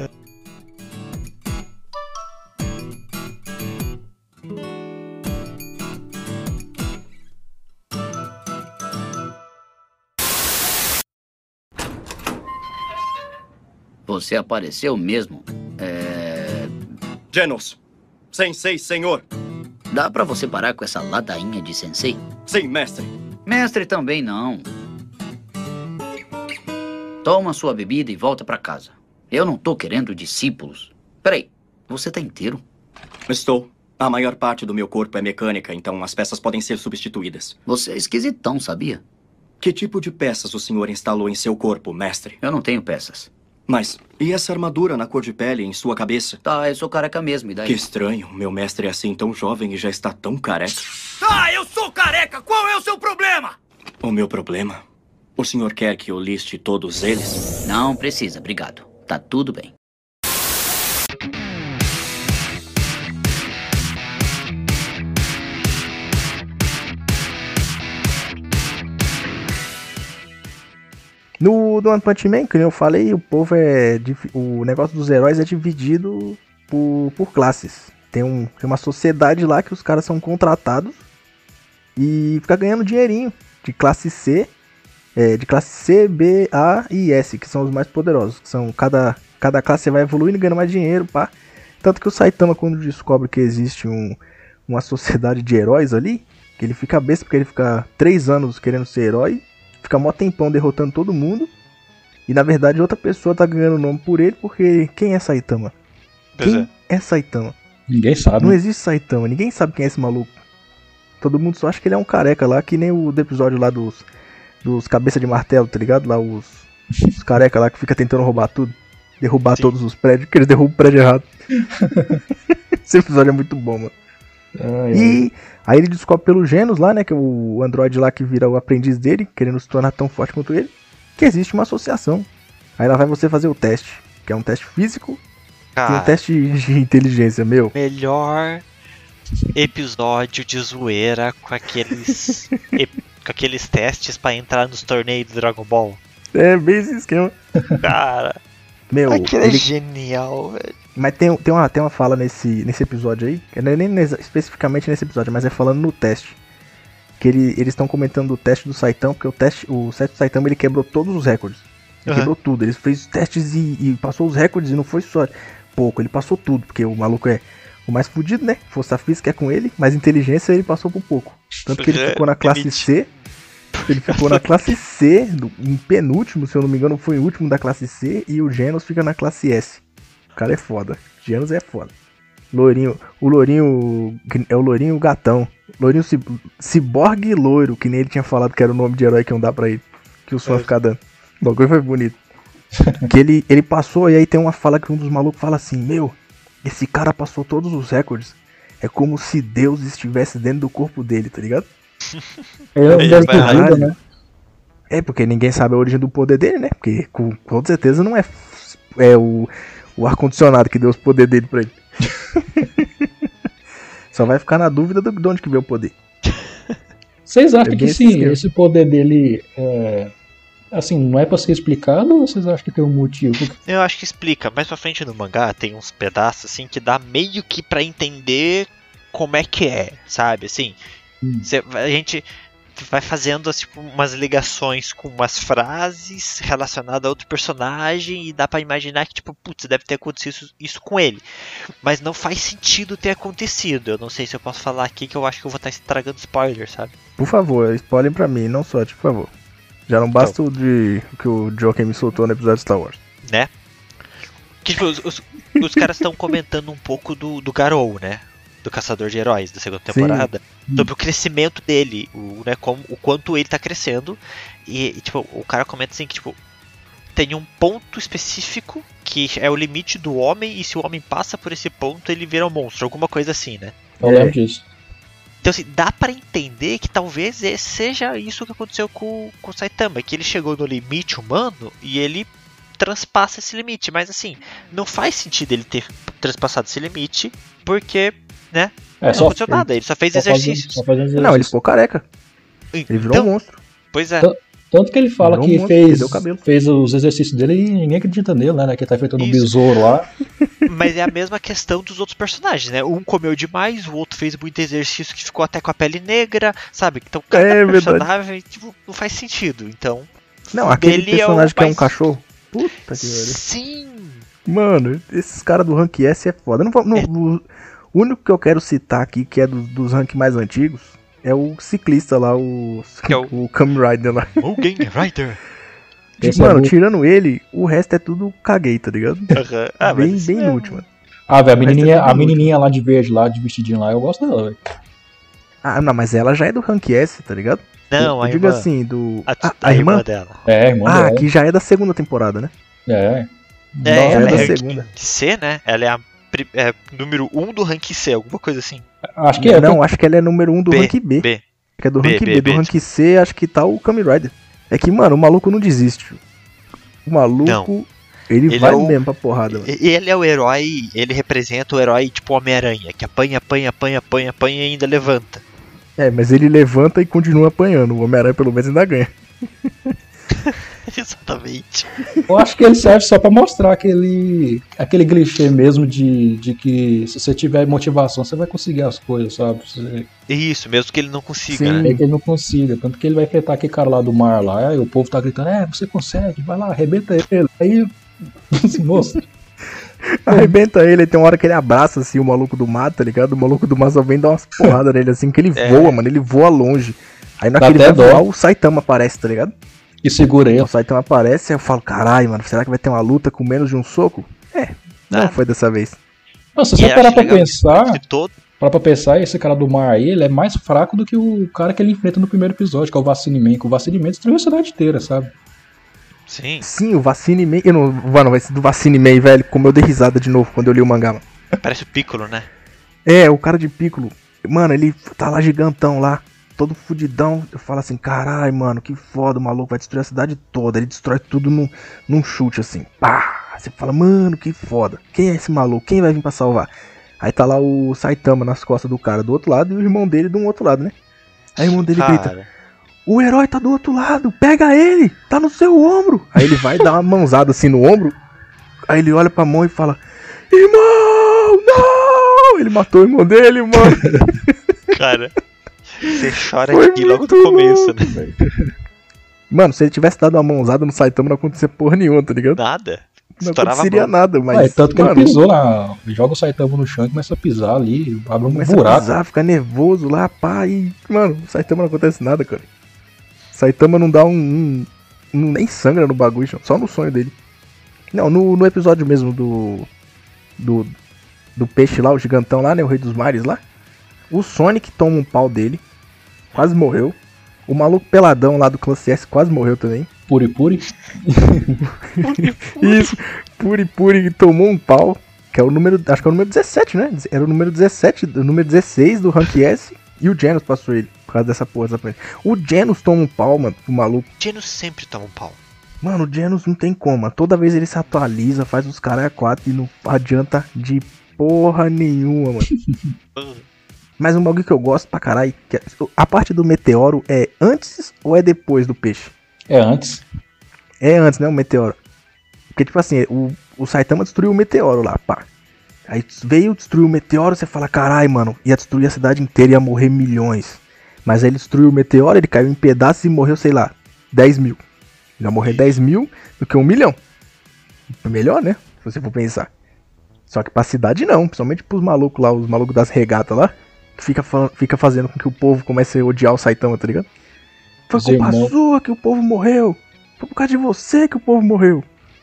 Você apareceu mesmo? É... Genos. Sensei, senhor. Dá pra você parar com essa ladainha de sensei? Sim, mestre. Mestre também não. Toma sua bebida e volta pra casa. Eu não tô querendo discípulos. Peraí, você tá inteiro? Estou. A maior parte do meu corpo é mecânica, então as peças podem ser substituídas. Você é esquisitão, sabia? Que tipo de peças o senhor instalou em seu corpo, mestre? Eu não tenho peças. Mas, e essa armadura na cor de pele em sua cabeça? Tá, eu sou careca mesmo, e daí? Que estranho. Meu mestre é assim tão jovem e já está tão careca. Ah, eu sou careca! Qual é o seu problema? O meu problema? O senhor quer que eu liste todos eles? Não precisa, obrigado. Tá tudo bem. No, no One Punch Man, que eu falei, o povo é. O negócio dos heróis é dividido por, por classes. Tem, um, tem uma sociedade lá que os caras são contratados e fica ganhando dinheirinho de classe C, é, de classe C, B, A e S, que são os mais poderosos. Que são cada, cada classe vai evoluindo e ganhando mais dinheiro, pá. Tanto que o Saitama, quando descobre que existe um, uma sociedade de heróis ali, que ele fica besta porque ele fica três anos querendo ser herói, fica mó tempão derrotando todo mundo, e na verdade outra pessoa tá ganhando o nome por ele, porque quem é Saitama? Pois quem é. é Saitama? Ninguém sabe. Não existe Saitama, ninguém sabe quem é esse maluco. Todo mundo só acha que ele é um careca lá, que nem o do episódio lá dos, dos cabeça de martelo, tá ligado? Lá os, os careca lá que fica tentando roubar tudo, derrubar Sim. todos os prédios, que eles derrubam o prédio errado. Esse episódio é muito bom, mano. Ai, e ai. Aí ele descobre pelo Genos lá, né, que é o androide lá que vira o aprendiz dele, querendo se tornar tão forte quanto ele, que existe uma associação. Aí lá vai você fazer o teste, que é um teste físico Cara, e um teste de inteligência, meu. Melhor episódio de zoeira com aqueles com aqueles testes pra entrar nos torneios do Dragon Ball. É, bem esse esquema. Cara, meu, aquilo ele... é genial, velho. Mas tem, tem, uma, tem uma fala nesse, nesse episódio aí, que não é nem nesse, especificamente nesse episódio, mas é falando no teste. Que ele, eles estão comentando o teste do Saitama, porque o teste, o teste do Saitama ele quebrou todos os recordes. Ele uhum. quebrou tudo, ele fez testes e, e passou os recordes, e não foi só pouco, ele passou tudo, porque o maluco é o mais fudido, né? Força física é com ele, mas inteligência ele passou por pouco. Tanto que ele ficou na classe C, ele ficou na classe C, em penúltimo, se eu não me engano, foi o último da classe C, e o Genos fica na classe S. O cara é foda. Genos é foda. Lourinho. O Lourinho. É o Lourinho gatão. Lourinho ciborgue loiro, que nem ele tinha falado que era o nome de herói que iam dar pra ele. Que os fãs é. ficam dando. O bagulho foi bonito. Que ele, ele passou, e aí tem uma fala que um dos malucos fala assim: meu, esse cara passou todos os recordes. É como se Deus estivesse dentro do corpo dele, tá ligado? É, deve ter vida, né? É, porque ninguém sabe a origem do poder dele, né? Porque com, com certeza não é, é o. O ar-condicionado que deu os poderes dele pra ele. Só vai ficar na dúvida do, de onde que veio o poder. Vocês acham é que sim, esquema. Esse poder dele é, assim, não é pra ser explicado, ou vocês acham que tem um motivo? Eu acho que explica. Mais pra frente no mangá tem uns pedaços assim que dá meio que pra entender como é que é, sabe? Assim, hum. cê, a gente vai fazendo tipo, umas ligações com umas frases relacionadas a outro personagem e dá pra imaginar que, tipo, putz, deve ter acontecido isso, isso com ele. Mas não faz sentido ter acontecido. Eu não sei se eu posso falar aqui, que eu acho que eu vou estar estragando spoiler, sabe? Por favor, spoiler pra mim, não só, por favor. Já não basta então, o de o que o Joker me soltou no episódio de Star Wars. Né? Que, tipo, os, os, os caras estão comentando um pouco do, do Garou, né? Do Caçador de Heróis da segunda temporada, Sim. sobre o crescimento dele, o, né, como, o quanto ele tá crescendo, e, e tipo, o cara comenta assim que tipo, tem um ponto específico que é o limite do homem, e se o homem passa por esse ponto, ele vira um monstro, alguma coisa assim, né? Eu lembro disso. Então assim, dá pra entender que talvez seja isso que aconteceu com, com o Saitama, que ele chegou no limite humano e ele transpassa esse limite, mas assim, não faz sentido ele ter transpassado esse limite, porque né? É, não só, aconteceu nada, ele só fez só exercícios. Fazendo, só fazendo exercícios. Não, ele ficou careca. Ele virou então, um monstro. Pois é. Tanto, tanto que ele fala virou que um fez, monstro, fez os exercícios dele e ninguém acredita nele, né? Que tá feito no besouro lá. Mas é a mesma questão dos outros personagens, né? Um comeu demais, o outro fez muito exercício que ficou até com a pele negra, sabe? Então cada é, personagem tipo, não faz sentido. Então. Não, aquele personagem é que mais... é um cachorro. Puta que pariu. Sim! Mano, esses caras do Rank S é foda. Não, não, é. O único que eu quero citar aqui, que é do, dos rank mais antigos, é o ciclista lá, o, que é o... o Kamen Rider lá. Mugen Rider. Tipo, mano, é tirando ele, o resto é tudo caguei, tá ligado? Uhum. Ah, bem bem é... inútil, mano. Ah, velho, a menininha, é a menininha lá de verde, lá de vestidinho lá, eu gosto dela, velho. Ah, não, mas ela já é do Rank S, tá ligado? Não, eu, a eu digo irmã. assim, do... A, a, a, a irmã? irmã dela. É, a irmã ah, dela. que já é da segunda temporada, né? É. É, Nossa, ela é da é segunda. C, né? Ela é a é, número um do Rank C, alguma coisa assim. Acho que não, é. Não, acho que ela é número um do B, Rank B. B. Que é do B, Rank B. B, Do B, Rank C, acho que tá o Kamen Rider. É que, mano, o maluco não desiste. O maluco, não. ele, ele vai é o... mesmo pra porrada. Mano. Ele é o herói, ele representa o herói tipo Homem-Aranha, que apanha, apanha, apanha, apanha, apanha e ainda levanta. É, mas ele levanta e continua apanhando. O Homem-Aranha pelo menos ainda ganha. Exatamente. Eu acho que ele serve só pra mostrar aquele, aquele clichê mesmo de, de que se você tiver motivação, você vai conseguir as coisas, sabe? Você... Isso, mesmo que ele não consiga, Sim, né? é que ele não consiga. Tanto que ele vai enfrentar aquele cara lá do mar lá, e o povo tá gritando, é, você consegue, vai lá, arrebenta ele. Aí, assim, moço... Arrebenta ele, tem uma hora que ele abraça assim o maluco do mato, tá ligado? O maluco do mato só vem dar umas porradas nele assim, que ele É. voa, mano, ele voa longe. Aí na Dá hora que ele até vai dó. voar, o Saitama aparece, tá ligado? E segura ele. O Saitama aparece, aí eu falo, caralho, mano, será que vai ter uma luta com menos de um soco? É, não Ah. foi dessa vez. Não, se E você acho parar pra legal pensar, que todo... parar pra pensar, esse cara do mar aí, ele é mais fraco do que o cara que ele enfrenta no primeiro episódio, que é o Vacine Man, que o Vacine Man destruiu a cidade inteira, sabe? Sim. Sim, o Vacine Man, eu não, mano, esse do Vacine Man, velho, como eu dei risada de novo quando eu li o mangá, mano. Parece o Piccolo, né? É, o cara de Piccolo, mano, ele tá lá gigantão lá, todo fudidão. Eu falo assim, caralho, mano, que foda, o maluco vai destruir a cidade toda. Ele destrói tudo num, num chute assim, pá. Você fala, mano, que foda. Quem é esse maluco? Quem vai vir pra salvar? Aí tá lá o Saitama nas costas do cara do outro lado e o irmão dele do outro lado, né? Aí o irmão dele Cara. grita, o herói tá do outro lado, pega ele, tá no seu ombro. Aí ele vai dar uma mãozada assim no ombro. Aí ele olha pra mão e fala, irmão, não! Ele matou o irmão dele, mano. Cara, você chora Foi aqui logo muito no começo, louco, né? Mano, se ele tivesse dado uma mãozada no Saitama, não acontecia porra nenhuma, tá ligado? Nada. Não Estourava a aconteceria mão. nada, mas... Ué, tanto que mano, ele pisou lá, joga o Saitama no chão e começa a pisar ali, abre um começa a buraco. pisar, fica nervoso lá, pá, e... Mano, o Saitama não acontece nada, cara. Saitama não dá um... um não, nem sangra no bagulho, só no sonho dele. Não, no, no episódio mesmo do... Do... Do peixe lá, o gigantão lá, né, o rei dos mares lá. O Sonic toma um pau dele, quase morreu. O maluco peladão lá do Clã C S quase morreu também. Puri Puri. Isso, Puri Puri tomou um pau, que é o número, acho que é o número dezessete, né? Era o número dezessete, o número dezesseis do Rank S, e o Genos passou ele, por causa dessa porra. Dessa... O Genos toma um pau, mano, o maluco. Genos sempre toma um pau. Mano, o Genos não tem como, mano. Toda vez ele se atualiza, faz os caras a quatro e não adianta de porra nenhuma, mano. Mas um bagulho que eu gosto pra caralho, que a parte do meteoro é antes ou é depois do peixe? É antes. É antes, né, o meteoro. Porque, tipo assim, o, o Saitama destruiu o meteoro lá, pá. Aí veio, destruiu o meteoro, você fala, carai, mano, ia destruir a cidade inteira, ia morrer milhões. Mas aí ele destruiu o meteoro, ele caiu em pedaços e morreu, sei lá, dez mil. Ia morrer dez mil do que um milhão. Melhor, né, se você for pensar. Só que pra cidade não, principalmente pros malucos lá, os malucos das regatas lá, que fica, fica fazendo com que o povo comece a odiar o Saitama, tá ligado? Foi culpa sua que o povo morreu. Foi por causa de você que o povo morreu.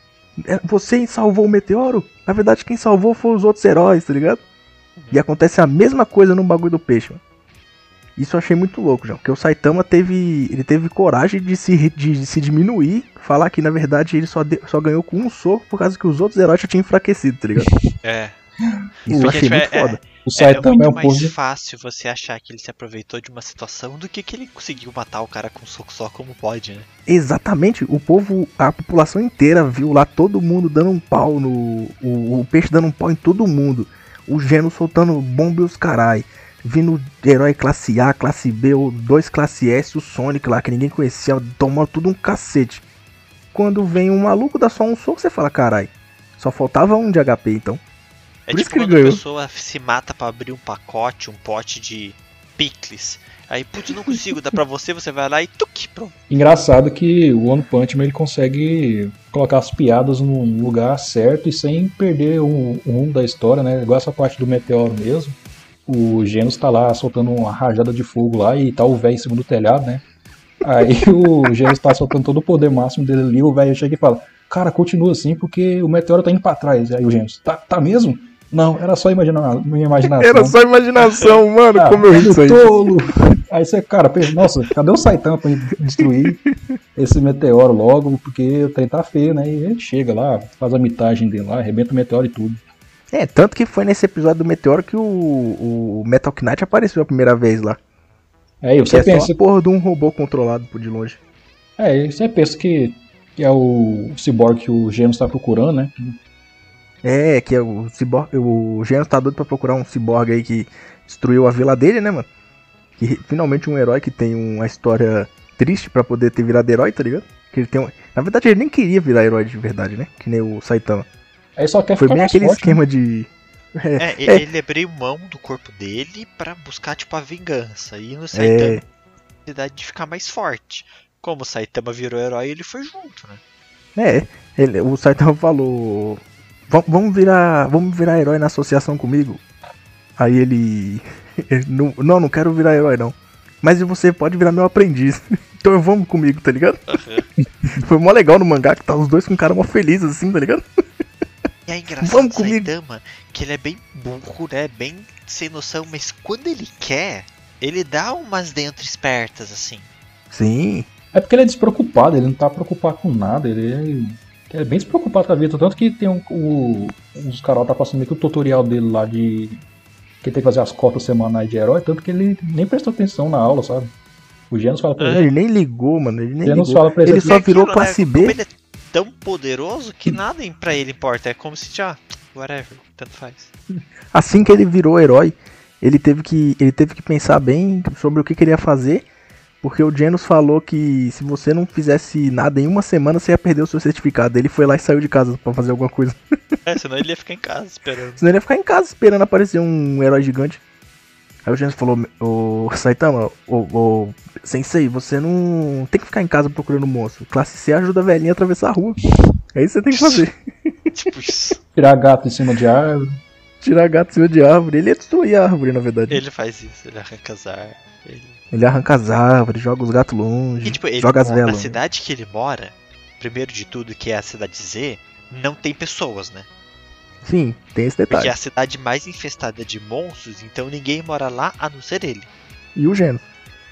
Você salvou o meteoro? Na verdade, quem salvou foram os outros heróis, tá ligado? E acontece a mesma coisa no bagulho do peixe, mano. Isso eu achei muito louco, já. Porque o Saitama teve. Ele teve coragem de se, de, de se diminuir. Falar que na verdade ele só, de, só ganhou com um soco por causa que os outros heróis já tinham enfraquecido, tá ligado? É. Isso eu achei muito é, foda. É, O Saitama é muito é um mais povo. fácil você achar que ele se aproveitou de uma situação do que que ele conseguiu matar o cara com um soco só como pode, né? Exatamente, o povo, a população inteira viu lá todo mundo dando um pau no. O, o peixe dando um pau em todo mundo. O Genos soltando bomba e os carai. Vindo herói classe A, classe B, ou dois classe S, o Sonic lá que ninguém conhecia, tomando tudo um cacete. Quando vem um maluco dá só um soco, você fala, carai. Só faltava um de H P então. É Por isso tipo que ele quando a ganhou. pessoa se mata pra abrir um pacote, um pote de picles. Aí, putz, não consigo, dá pra você, você vai lá e tuque, pronto. Engraçado que o One Punch Man ele consegue colocar as piadas no lugar certo e sem perder o rumo da história, né? Igual essa parte do meteoro mesmo. O Genos tá lá soltando uma rajada de fogo lá e tá o velho em cima do telhado, né? Aí o Genos tá soltando todo o poder máximo dele ali, o velho chega e fala, cara, continua assim porque o meteoro tá indo pra trás. Aí o Genos, tá, tá mesmo? Não, era só imagina minha imaginação. Era só imaginação, mano, ah, como eu ri isso aí. Tolo. Aí você, cara, pensa, nossa, cadê o Saitama pra destruir esse meteoro logo? Porque o trem tá feio, né? E ele chega lá, faz a mitagem dele lá, arrebenta o meteoro e tudo. É, tanto que foi nesse episódio do Meteoro que o, o Metal Knight apareceu a primeira vez lá. É, e você é pensa... só a porra de um robô controlado por de longe. É, e você pensa que, que é o Cyborg que o Genos tá procurando, né? É, que é o Cyborg, o Genos tá doido pra procurar um Cyborg aí que destruiu a vila dele, né, mano? Que finalmente um herói que tem uma história triste pra poder ter virado herói, tá ligado? Que ele tem, um, Na verdade, ele nem queria virar herói de verdade, né? Que nem o Saitama. Aí só quer Foi ficar bem mais aquele forte, esquema né? de... É, É, ele, é, ele abriu mão do corpo dele pra buscar, tipo, a vingança. E no Saitama, É. a necessidade de ficar mais forte. Como o Saitama virou herói, ele foi junto, né? é, ele, o Saitama falou... "Vam- Vamos virar, vamos virar herói na associação comigo?" Aí ele... ele não, não, não quero virar herói, não. Mas você pode virar meu aprendiz. Então vamos comigo, tá ligado? Foi mó legal no mangá que tá os dois com um cara mó felizes assim, tá ligado? E é engraçado Vamos o comigo. Saitama, que ele é bem burro, né? Bem sem noção, mas quando ele quer, ele dá umas dentro espertas, assim. Sim. É porque ele é despreocupado, ele não tá preocupado com nada, ele é, é bem despreocupado com a vida. Tanto que tem um, o, os caras tá passando meio que o tutorial dele lá de. Que ele tem que fazer as cotas semanais de herói, tanto que ele nem prestou atenção na aula, sabe? O Genos fala pra ele. Ele nem ligou, mano. Ele nem Genos ligou. fala pra ele Ele assim, só E virou aquilo, né, classe como B. ele é tão poderoso que nada em- pra ele importa. É como se já, whatever, tanto faz. Assim que ele virou herói, ele teve que, ele teve que pensar bem sobre o que, que ele ia fazer, porque o Genos falou que se você não fizesse nada em uma semana, você ia perder o seu certificado. Ele foi lá e saiu de casa pra fazer alguma coisa. É, senão ele ia ficar em casa esperando. Senão ele ia ficar em casa esperando aparecer um herói gigante. Aí o Genos falou, ô Saitama, ô, ô Sensei, você não tem que ficar em casa procurando monstro. Classe C ajuda a velhinha a atravessar a rua. É isso que você tem que fazer. Tipo isso. Tirar gato em cima de árvore. Tirar gato em cima de árvore. Ele ia destruir a árvore, na verdade. Ele faz isso, ele arranca as árvores. Ele... Ele arranca as árvores, joga os gatos longe, E tipo, ele joga as mora- velas. na cidade que ele mora, primeiro de tudo, que é a cidade Z, não tem pessoas, né? Sim, tem esse Porque detalhe. é a cidade mais infestada de monstros, então ninguém mora lá a não ser ele. E o Genos.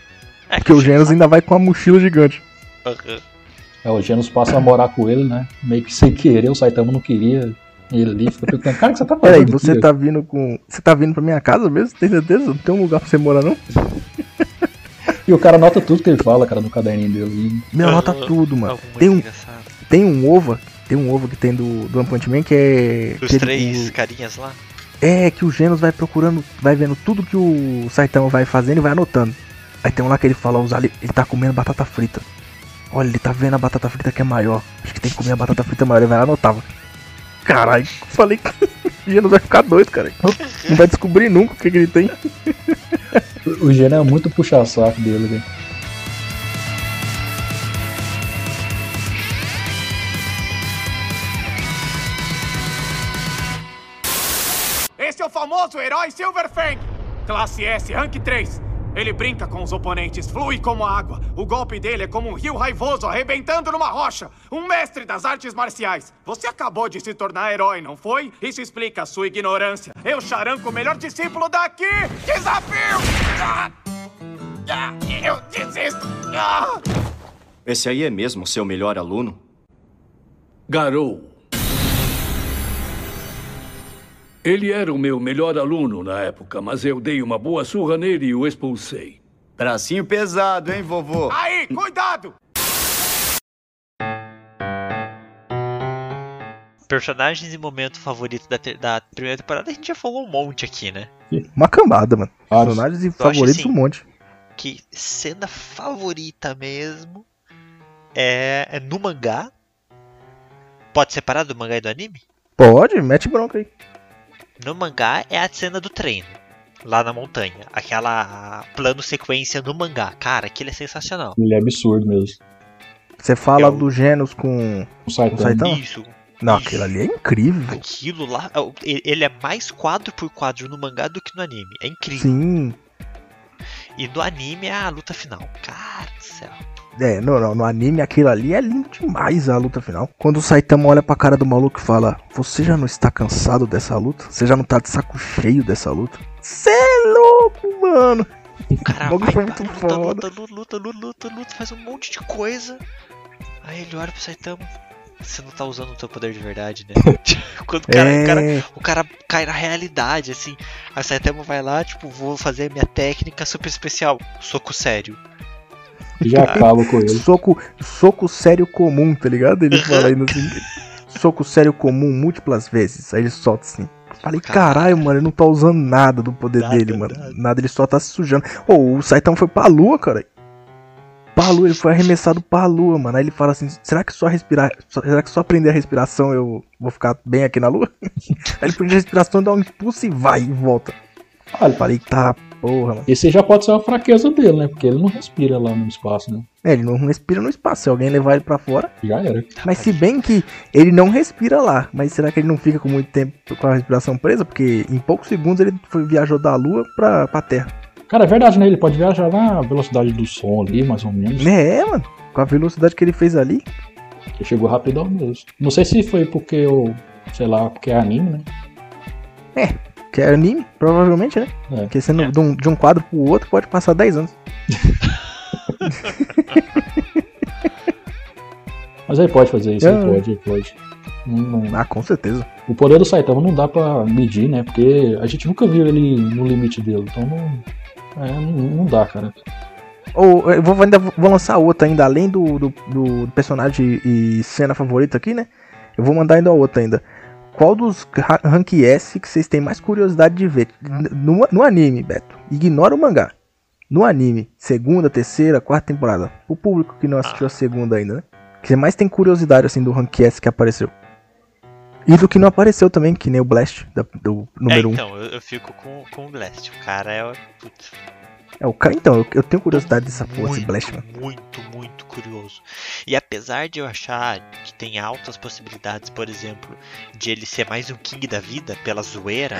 É, Porque o Genos ainda vai com uma mochila gigante. Aham. É, o Genos passa a morar com ele, né? Meio que sem querer, o Saitama não queria. E ele ali fica perguntando, cara, o que você tá fazendo? Peraí, aqui, você velho?" tá vindo com. Você tá vindo pra minha casa mesmo? Tem certeza? Não tem um lugar pra você morar, não? E o cara anota tudo que ele fala, cara, no caderninho dele. Meu, anota Aham. tudo, mano. Algo muito Tem um, engraçado. tem um ova. Tem um ovo que tem do, do One Punch Man que é. Dos que ele- três o- carinhas lá. É, que o Genos vai procurando, vai vendo tudo que o Saitama vai fazendo e vai anotando. Aí tem um lá que ele fala, os ali- ele tá comendo batata frita. Olha, ele tá vendo a batata frita que é maior. Acho que tem que comer a batata frita maior. Ele vai lá e anotava. Caralho, falei que o Genos vai ficar doido, cara. Não vai descobrir nunca o que, que ele tem. O o Genos é muito puxa-saco dele, velho. Esse é o famoso herói Silverfang! Classe S, rank três. Ele brinca com os oponentes, flui como água. O golpe dele é como um rio raivoso arrebentando numa rocha. Um mestre das artes marciais. Você acabou de se tornar herói, não foi? Isso explica a sua ignorância. Eu, Charanco, o melhor discípulo daqui! Desafio! Ah! Ah, eu desisto! Ah! Esse aí é mesmo seu melhor aluno? Garou. Ele era o meu melhor aluno na época, mas eu dei uma boa surra nele e o expulsei. Bracinho pesado, hein, vovô? Aí, cuidado! Personagens e momento favorito da, ter- da primeira temporada, a gente já falou um monte aqui, né? Uma cambada, mano. Personagens e Eu acho favoritos assim, um monte. Que cena favorita mesmo é, é no mangá. Pode separar do mangá e do anime? Pode, mete bronca aí. No mangá é a cena do treino, lá na montanha. Aquela plano sequência no mangá. Cara, aquele é sensacional. Ele é absurdo mesmo. Você fala Eu- do Genos com O o Saitama. Saitama? Isso. Não, isso. aquilo ali é incrível. Aquilo lá, ele ele é mais quadro por quadro no mangá do que no anime. É incrível. Sim. E no anime é a luta final. Cara do céu. É, no, no, no anime aquilo ali é lindo demais a luta final. Quando o Saitama olha pra cara do maluco e fala: você já não está cansado dessa luta? Você já não tá de saco cheio dessa luta? Cê é louco, mano. O cara O bagulho vai, foi vai, muito luta, foda. luta, luta, luta, luta, luta, luta, faz um monte de coisa. Aí ele olha pro Saitama. Você não tá usando o teu poder de verdade, né? Quando o cara, É. o, cara, o cara cai na realidade, assim. Aí o Saitama vai lá, tipo, vou fazer a minha técnica super especial. Soco sério. Já acaba com ele. Soco, soco sério comum, tá ligado? Ele fala ainda assim: soco sério comum múltiplas vezes. Aí ele solta assim. Falei, caralho, mano, ele não tá usando nada do poder Nada, dele, mano. nada. Nada, ele só tá se sujando. Ô, o Saitama foi pra lua, cara. pra lua, ele foi arremessado pra lua, mano. Aí ele fala assim, será que só respirar, só- será que só aprender a respiração eu vou ficar bem aqui na lua? Aí ele prende a respiração, dá um impulso e vai e volta. Olha, Eu falei, tá, porra, mano. esse já pode ser uma fraqueza dele, né? Porque ele não respira lá no espaço, né? É, ele não respira no espaço, se alguém levar ele pra fora. Já era. Mas se bem que ele não respira lá, mas será que ele não fica com muito tempo com a respiração presa? Porque em poucos segundos ele foi, viajou da lua pra, pra terra. Cara, é verdade, né? Ele pode viajar na velocidade do som ali, mais ou menos. É, mano, com a velocidade que ele fez ali. Que chegou rapidão mesmo. Não sei se foi porque eu, sei lá, porque é anime, né? É, que é anime, provavelmente, né? É. Porque sendo de, um, de um quadro pro outro pode passar dez anos. Mas ele pode fazer isso, É. ele pode, ele pode. Não- não- Ah, com certeza. O poder do Saitama não dá pra medir, né? Porque a gente nunca viu ele no limite dele, então não, é, não, não dá, cara. Ou eu vou, ainda vou lançar outra ainda, além do, do, do personagem e cena favorita aqui, né? Eu vou mandar ainda outra ainda. Qual dos ra- Rank S que vocês têm mais curiosidade de ver? No, no anime, Beto. Ignora o mangá. No anime, segunda, terceira, quarta temporada. O público que não assistiu a segunda ainda, né? Que você mais tem curiosidade, assim, do Rank S que apareceu. E do que não apareceu também, que nem o Blast, da- do número é, um. então, eu, eu fico com, com o Blast. O cara é. Putz, É, o cara, então, eu, eu tenho curiosidade dessa porra, esse muito, Blast, mano. muito, muito curioso. E apesar de eu achar que tem altas possibilidades, por exemplo, de ele ser mais um King da vida pela zoeira,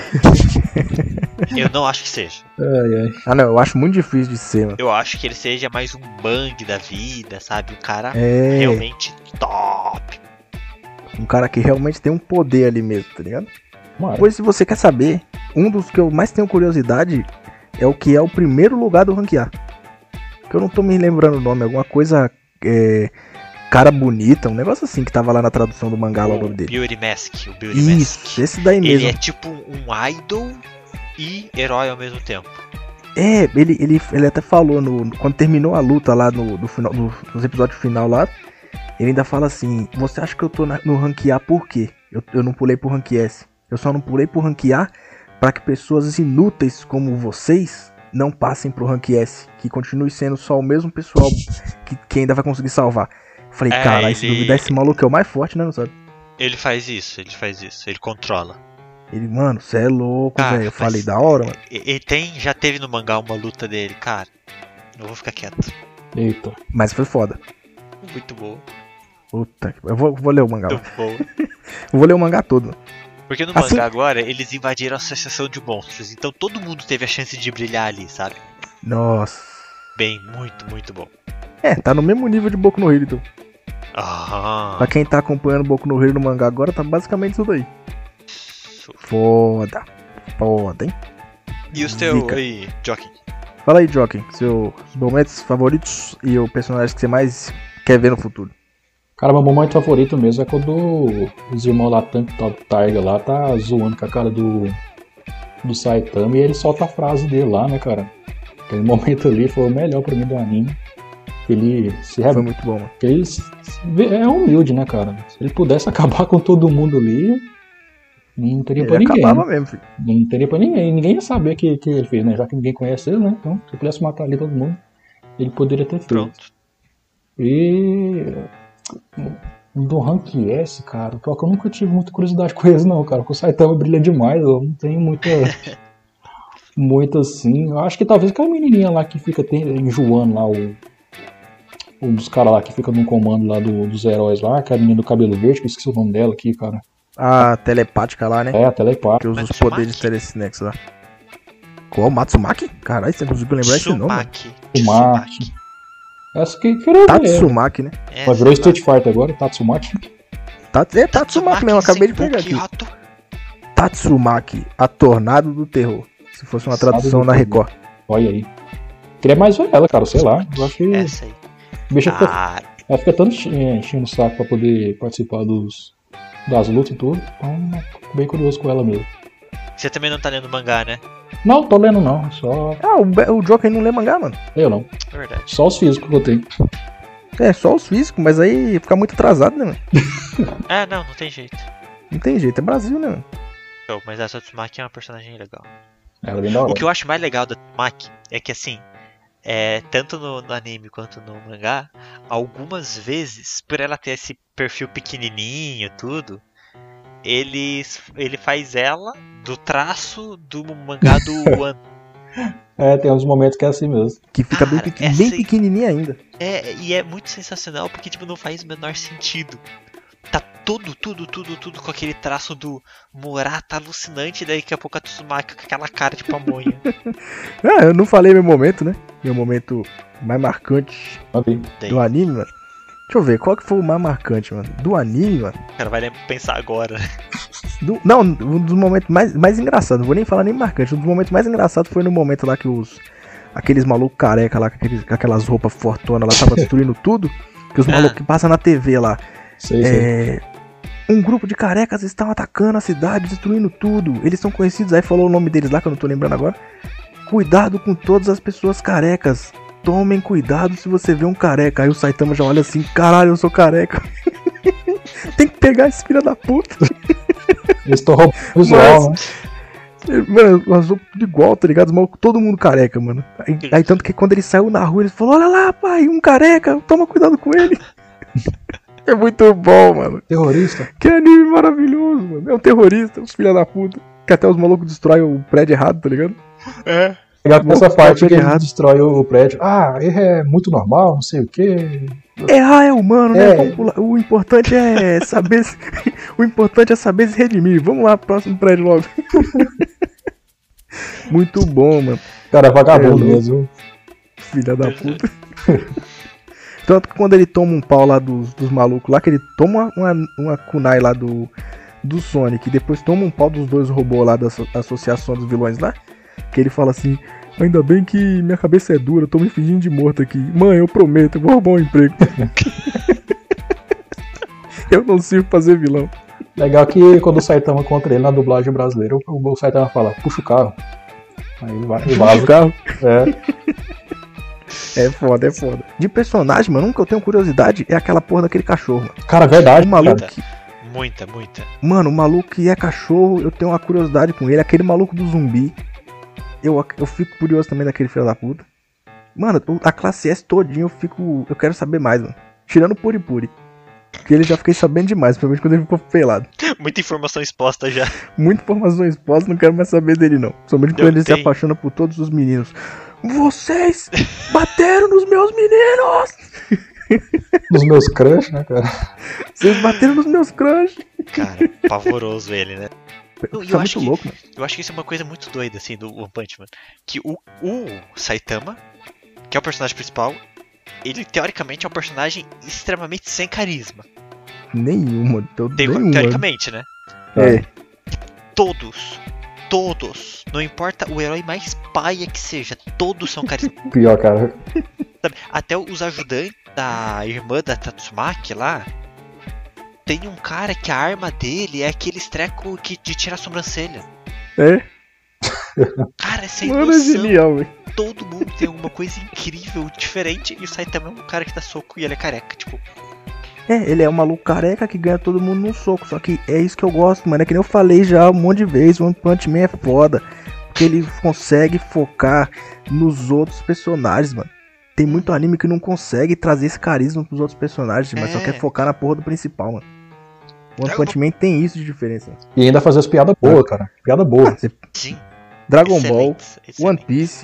eu não acho que seja. Ai, ai. Ah, não, eu acho muito difícil de ser, mano. Eu acho que ele seja mais um Bang da vida, sabe? Um cara É. realmente top. Um cara que realmente tem um poder ali mesmo, tá ligado? Mano. Pois se você quer saber, um dos que eu mais tenho curiosidade é o que é o primeiro lugar do Rank A. Que eu não tô me lembrando o nome, alguma coisa. É, cara bonita, um negócio assim que tava lá na tradução do mangá lá o nome dele. Beauty Mask, o Beauty Mask. Isso, esse daí mesmo. Ele é tipo um idol e herói ao mesmo tempo. É, ele, ele, ele até falou no, quando terminou a luta lá no, no final, no, nos episódios final lá, ele ainda fala assim, você acha que eu tô na- no Rank A por quê? Eu, eu não pulei pro Rank S. Eu só não pulei pro Rank A pra que pessoas inúteis como vocês não passem pro Rank S. Que continue sendo só o mesmo pessoal que, que ainda vai conseguir salvar. Falei, É, caralho, se ele- duvidar esse maluco é o mais forte, né, não sabe? Ele faz isso, ele faz isso, ele controla. Ele, mano, você é louco, Ah, velho. Eu mas- falei, da hora, mano. E, e tem, já teve no mangá uma luta dele, cara. Eu vou ficar quieto. Eita. Mas foi foda. Muito boa. Puta, que- eu vou, vou ler o mangá. Muito lá. boa. Eu vou ler o mangá todo. Porque no Assim- mangá agora, eles invadiram a associação de monstros. Então todo mundo teve a chance de brilhar ali, sabe? Nossa. Bem, muito, muito bom. É, tá no mesmo nível de Boku no Hero, então. Ah, Pra quem tá acompanhando Boku no Hero no mangá agora, tá basicamente isso daí. Foda. Foda, hein? e os teus Zica. aí, Jockey? Fala aí, Joaquim, seus momentos favoritos e o personagem que você mais quer ver no futuro. Cara, meu momento favorito mesmo é quando os irmãos lá, tanto tal Tiger lá, tá zoando com a cara do, do Saitama e ele solta a frase dele lá, né, cara? Aquele momento ali foi o melhor pra mim do anime. Ele se Foi muito bom, mano. Ele se- se- é humilde, né, cara? Se ele pudesse acabar com todo mundo ali, não teria pra Ele ninguém. acabava né? mesmo, filho. Não teria pra ninguém. Ninguém ia saber o que, que ele fez, né? Já que ninguém conhece ele, né? Então, se ele pudesse matar ali todo mundo, ele poderia ter feito. Pronto. E do Rank S, cara, pior que eu nunca tive muita curiosidade com eles, não, cara. Porque o Saitama brilha demais, eu não tenho muita. muito assim. Eu acho que talvez aquela menininha lá que fica tem- enjoando lá, o. Um dos caras lá que fica no comando lá do- dos heróis lá, que é a menina do cabelo verde, que eu esqueci o nome dela aqui, cara. A telepática lá, né? É, a telepática. Que usa os poderes de telecinese lá. Qual? Matsumaki? Caralho, você conseguiu lembrar esse nome? mano? Tsumaki. Tatsumaki. Essa que queria ver. Tatsumaki, né? É, Mas virou Street Fighter agora, Tatsumaki. Tat é Tatsumaki mesmo, acabei de pegar aqui. Kyoto. Tatsumaki, a Tornado do Terror. Se fosse uma Tornado tradução do na Terror. Record. Olha aí. Queria mais ver ela, cara, sei lá. Eu acho que. Essa aí. O bicho fica- Ah, ela fica tanto enche- enchendo o saco pra poder participar dos, das lutas e tudo. Então, fico bem curioso com ela mesmo. você também não tá lendo mangá, né? Não, tô lendo não. Só. Ah, o, Be- o Joker não lê mangá, mano. Eu não. É verdade. Só os físicos que eu tenho. É, só os físicos, mas aí fica muito atrasado, né, mano? Ah, não, não tem jeito. Não tem jeito, é Brasil, né, mano? Então, mas a Tsumaki é uma personagem legal. Ela é bem da hora. O que eu acho mais legal da Tsumaki é que, assim, é, tanto no, no anime quanto no mangá, algumas vezes, por ela ter esse perfil pequenininho e tudo, ele, ele faz ela do traço do mangá do One. É, tem uns momentos que é assim mesmo. Que fica Cara, bem, pequen... bem pequenininha ainda. É, e é muito sensacional porque tipo, não faz o menor sentido. Tá tudo, tudo, tudo, tudo com aquele traço do Murata alucinante, e daí daqui a pouco a Tsumaki com aquela cara de pamonha. Ah, eu não falei meu momento, né? Meu momento mais marcante okay. do anime, mano. Deixa eu ver, qual que foi o mais marcante, mano? Do anime, mano? O cara vai pensar agora. Do... Não, um dos momentos mais, mais engraçados, não vou nem falar nem marcante. Um dos momentos mais engraçados foi no momento lá que os... Aqueles malucos careca lá, com, aqueles, com aquelas roupas fortonas lá, tava destruindo tudo. Que os malucos que passam na T V lá. Sei, é... sei. Um grupo de carecas estão atacando a cidade, destruindo tudo. Eles são conhecidos, aí falou o nome deles lá, que eu não tô lembrando agora. Cuidado com todas as pessoas carecas. Tomem cuidado se você vê um careca. Aí o Saitama já olha assim, caralho, eu sou careca. Tem que pegar esse filho da puta. Eles estão roubando o visual, né? Mano, nós vamos tudo igual, tá ligado? Todo mundo careca, mano. Aí, aí tanto que quando ele saiu na rua, ele falou, olha lá, pai, um careca, toma cuidado com ele. É muito bom, mano. Terrorista. Que anime maravilhoso, mano. É um terrorista, os filha da puta. Que até os malucos destroem o prédio errado, tá ligado? É. Legal com essa parte que ele destrói o prédio. Ah, é muito normal, não sei o que. Errar é humano, é. né? Vamos o importante é saber se... O importante é saber se redimir. Vamos lá, próximo prédio logo. Muito bom, mano. Cara, é vagabundo é, mesmo. Filha da puta. Tanto que quando ele toma um pau lá dos, dos malucos lá, que ele toma uma, uma kunai lá do, do Sonic, e depois toma um pau dos dois robôs lá da associação dos vilões lá, que ele fala assim, ainda bem que minha cabeça é dura, eu tô me fingindo de morto aqui. Mãe, eu prometo, eu vou roubar um emprego. Eu não sirvo pra ser vilão. Legal que quando o Saitama contra ele na dublagem brasileira, o Saitama fala, puxa o carro. Aí ele vai, puxa o carro. É. É foda, é foda. De personagem, mano, um que eu tenho curiosidade é aquela porra daquele cachorro, mano. Cara, verdade, o maluco muita, que... muita, muita. Mano, o maluco que é cachorro, eu tenho uma curiosidade com ele. Aquele maluco do zumbi. Eu, eu fico curioso também daquele filho da puta. Mano, a classe S todinho eu fico... Eu quero saber mais, mano. Tirando o Puri Puri. Porque ele já fiquei sabendo demais, principalmente quando ele ficou pelado. Muita informação exposta já. Muita informação exposta, não quero mais saber dele não. Somente quando ele tenho. se apaixona por todos os meninos. Vocês bateram nos meus meninos! Nos meus crush, né, cara? Vocês bateram nos meus crush! Cara, pavoroso ele, né? Eu, eu, é acho muito que, louco, mano. Eu acho que isso é uma coisa muito doida, assim, do One Punch Man. Que o, o Saitama, que é o personagem principal, ele teoricamente é um personagem extremamente sem carisma. Nenhuma, tô Te, nenhuma. Teoricamente, né? É. Todos, todos, não importa o herói mais paia que seja, todos são carismáticos. Pior, cara. Sabe, até os ajudantes da irmã da Tatsumaki lá, tem um cara que a arma dele é aquele treco que, de tirar a sobrancelha. É? Cara, é sem Mano, noção. é genial, velho. Todo mundo tem alguma coisa incrível, diferente, e o Saitama é um cara que dá soco e ele é careca, tipo... É, ele é um maluco careca que ganha todo mundo num soco. Só que é isso que eu gosto, mano. É que nem eu falei já um monte de vezes. O One Punch Man é foda. Porque ele consegue focar nos outros personagens, mano. Tem muito anime que não consegue trazer esse carisma pros outros personagens, mas É. só quer focar na porra do principal, mano. O One Punch Man tem isso de diferença. E ainda fazer as piadas boas, cara. Piada boa. Ah, você- Sim. Dragon Excelente, Ball, excelente. One Piece,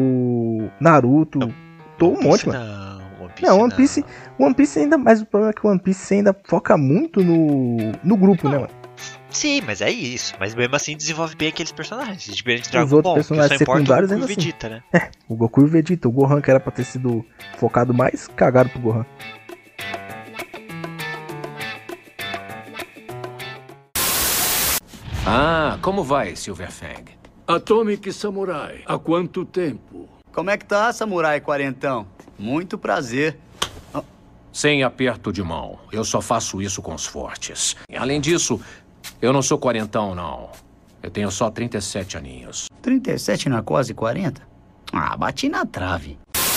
o Naruto. Tô um monte, mano. Não, One Piece Não, One não. Piece, One Piece ainda, mas o problema é que o One Piece ainda foca muito no, no grupo, né, mano? Sim, mas é isso. Mas mesmo assim desenvolve bem aqueles personagens. Diferente de Os Dragon outros Ball, que só personagens importa o secundários Goku e o ainda assim. Vegeta, né? É, o Goku e o Vegeta. O Gohan, que era pra ter sido focado mais, cagaram pro Gohan. Ah, como vai, Silverfang? Atomic Samurai, há quanto tempo? Como é que tá, Samurai Quarentão? Muito prazer. Sem aperto de mão. Eu só faço isso com os fortes. Além disso, eu não sou quarentão, não. Eu tenho só trinta e sete aninhos. trinta e sete na quase quarenta? Ah, bati na trave.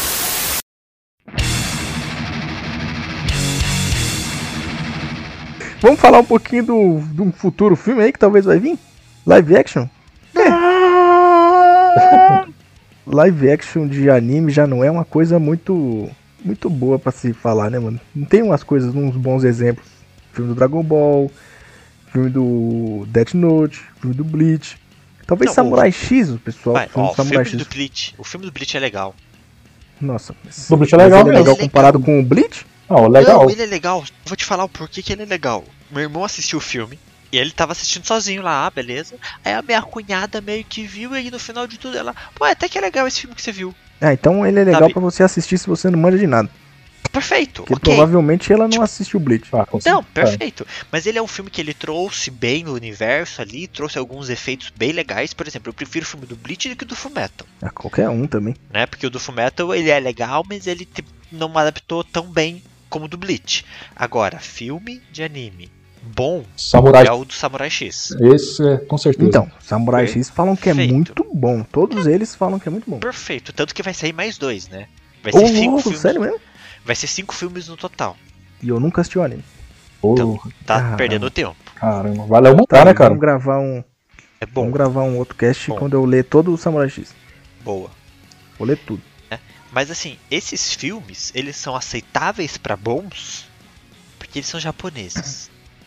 Vamos falar um pouquinho do, de um futuro filme aí que talvez vai vir? Live action? É. live action de anime já não é uma coisa muito muito boa pra se falar, né, mano? Não tem umas coisas, uns bons exemplos. Filme do Dragon Ball, filme do Death Note, filme do Bleach. Talvez Não, Samurai o- X, o pessoal. Vai, filme ó, do Samurai o filme X. do Bleach. O filme do Bleach é legal. Nossa, mas, O Bleach é mas legal ele é mesmo. legal comparado com o Bleach? Não, legal. Não, ele é legal. Vou te falar o porquê que ele é legal. Meu irmão assistiu o filme e ele tava assistindo sozinho lá, ah, beleza. Aí a minha cunhada meio que viu e aí no final de tudo ela, pô, até que é legal esse filme que você viu. Ah, então ele é legal Sabe? pra você assistir se você não manja de nada. Perfeito, Porque ok. provavelmente ela não assistiu o Bleach. Ah, com Não, certeza. perfeito. Mas ele é um filme que ele trouxe bem no universo ali, trouxe alguns efeitos bem legais. Por exemplo, eu prefiro o filme do Bleach do que o do Fullmetal, Ah, qualquer um também. né? Porque o do Fullmetal ele é legal, mas ele te- não adaptou tão bem como o do Bleach. Agora, filme de anime bom Samurai- é o do Samurai X. Esse é com certeza. Então, Samurai X falam que é Perfeito. muito bom. Todos eles falam que é muito bom. Perfeito, tanto que vai sair mais dois, né? Vai Ô, ser cinco louco, filmes. sério mesmo? Vai ser cinco filmes no total. E eu nunca assisti o anime. Porra, Tá Caramba. perdendo tempo. caramba. Valeu montar, né, cara? Vamos gravar um. É bom. Vamos gravar um outro cast Bom. quando eu ler todo o Samurai X. Boa. Vou ler tudo. Mas assim, esses filmes, eles são aceitáveis pra bons porque eles são japoneses.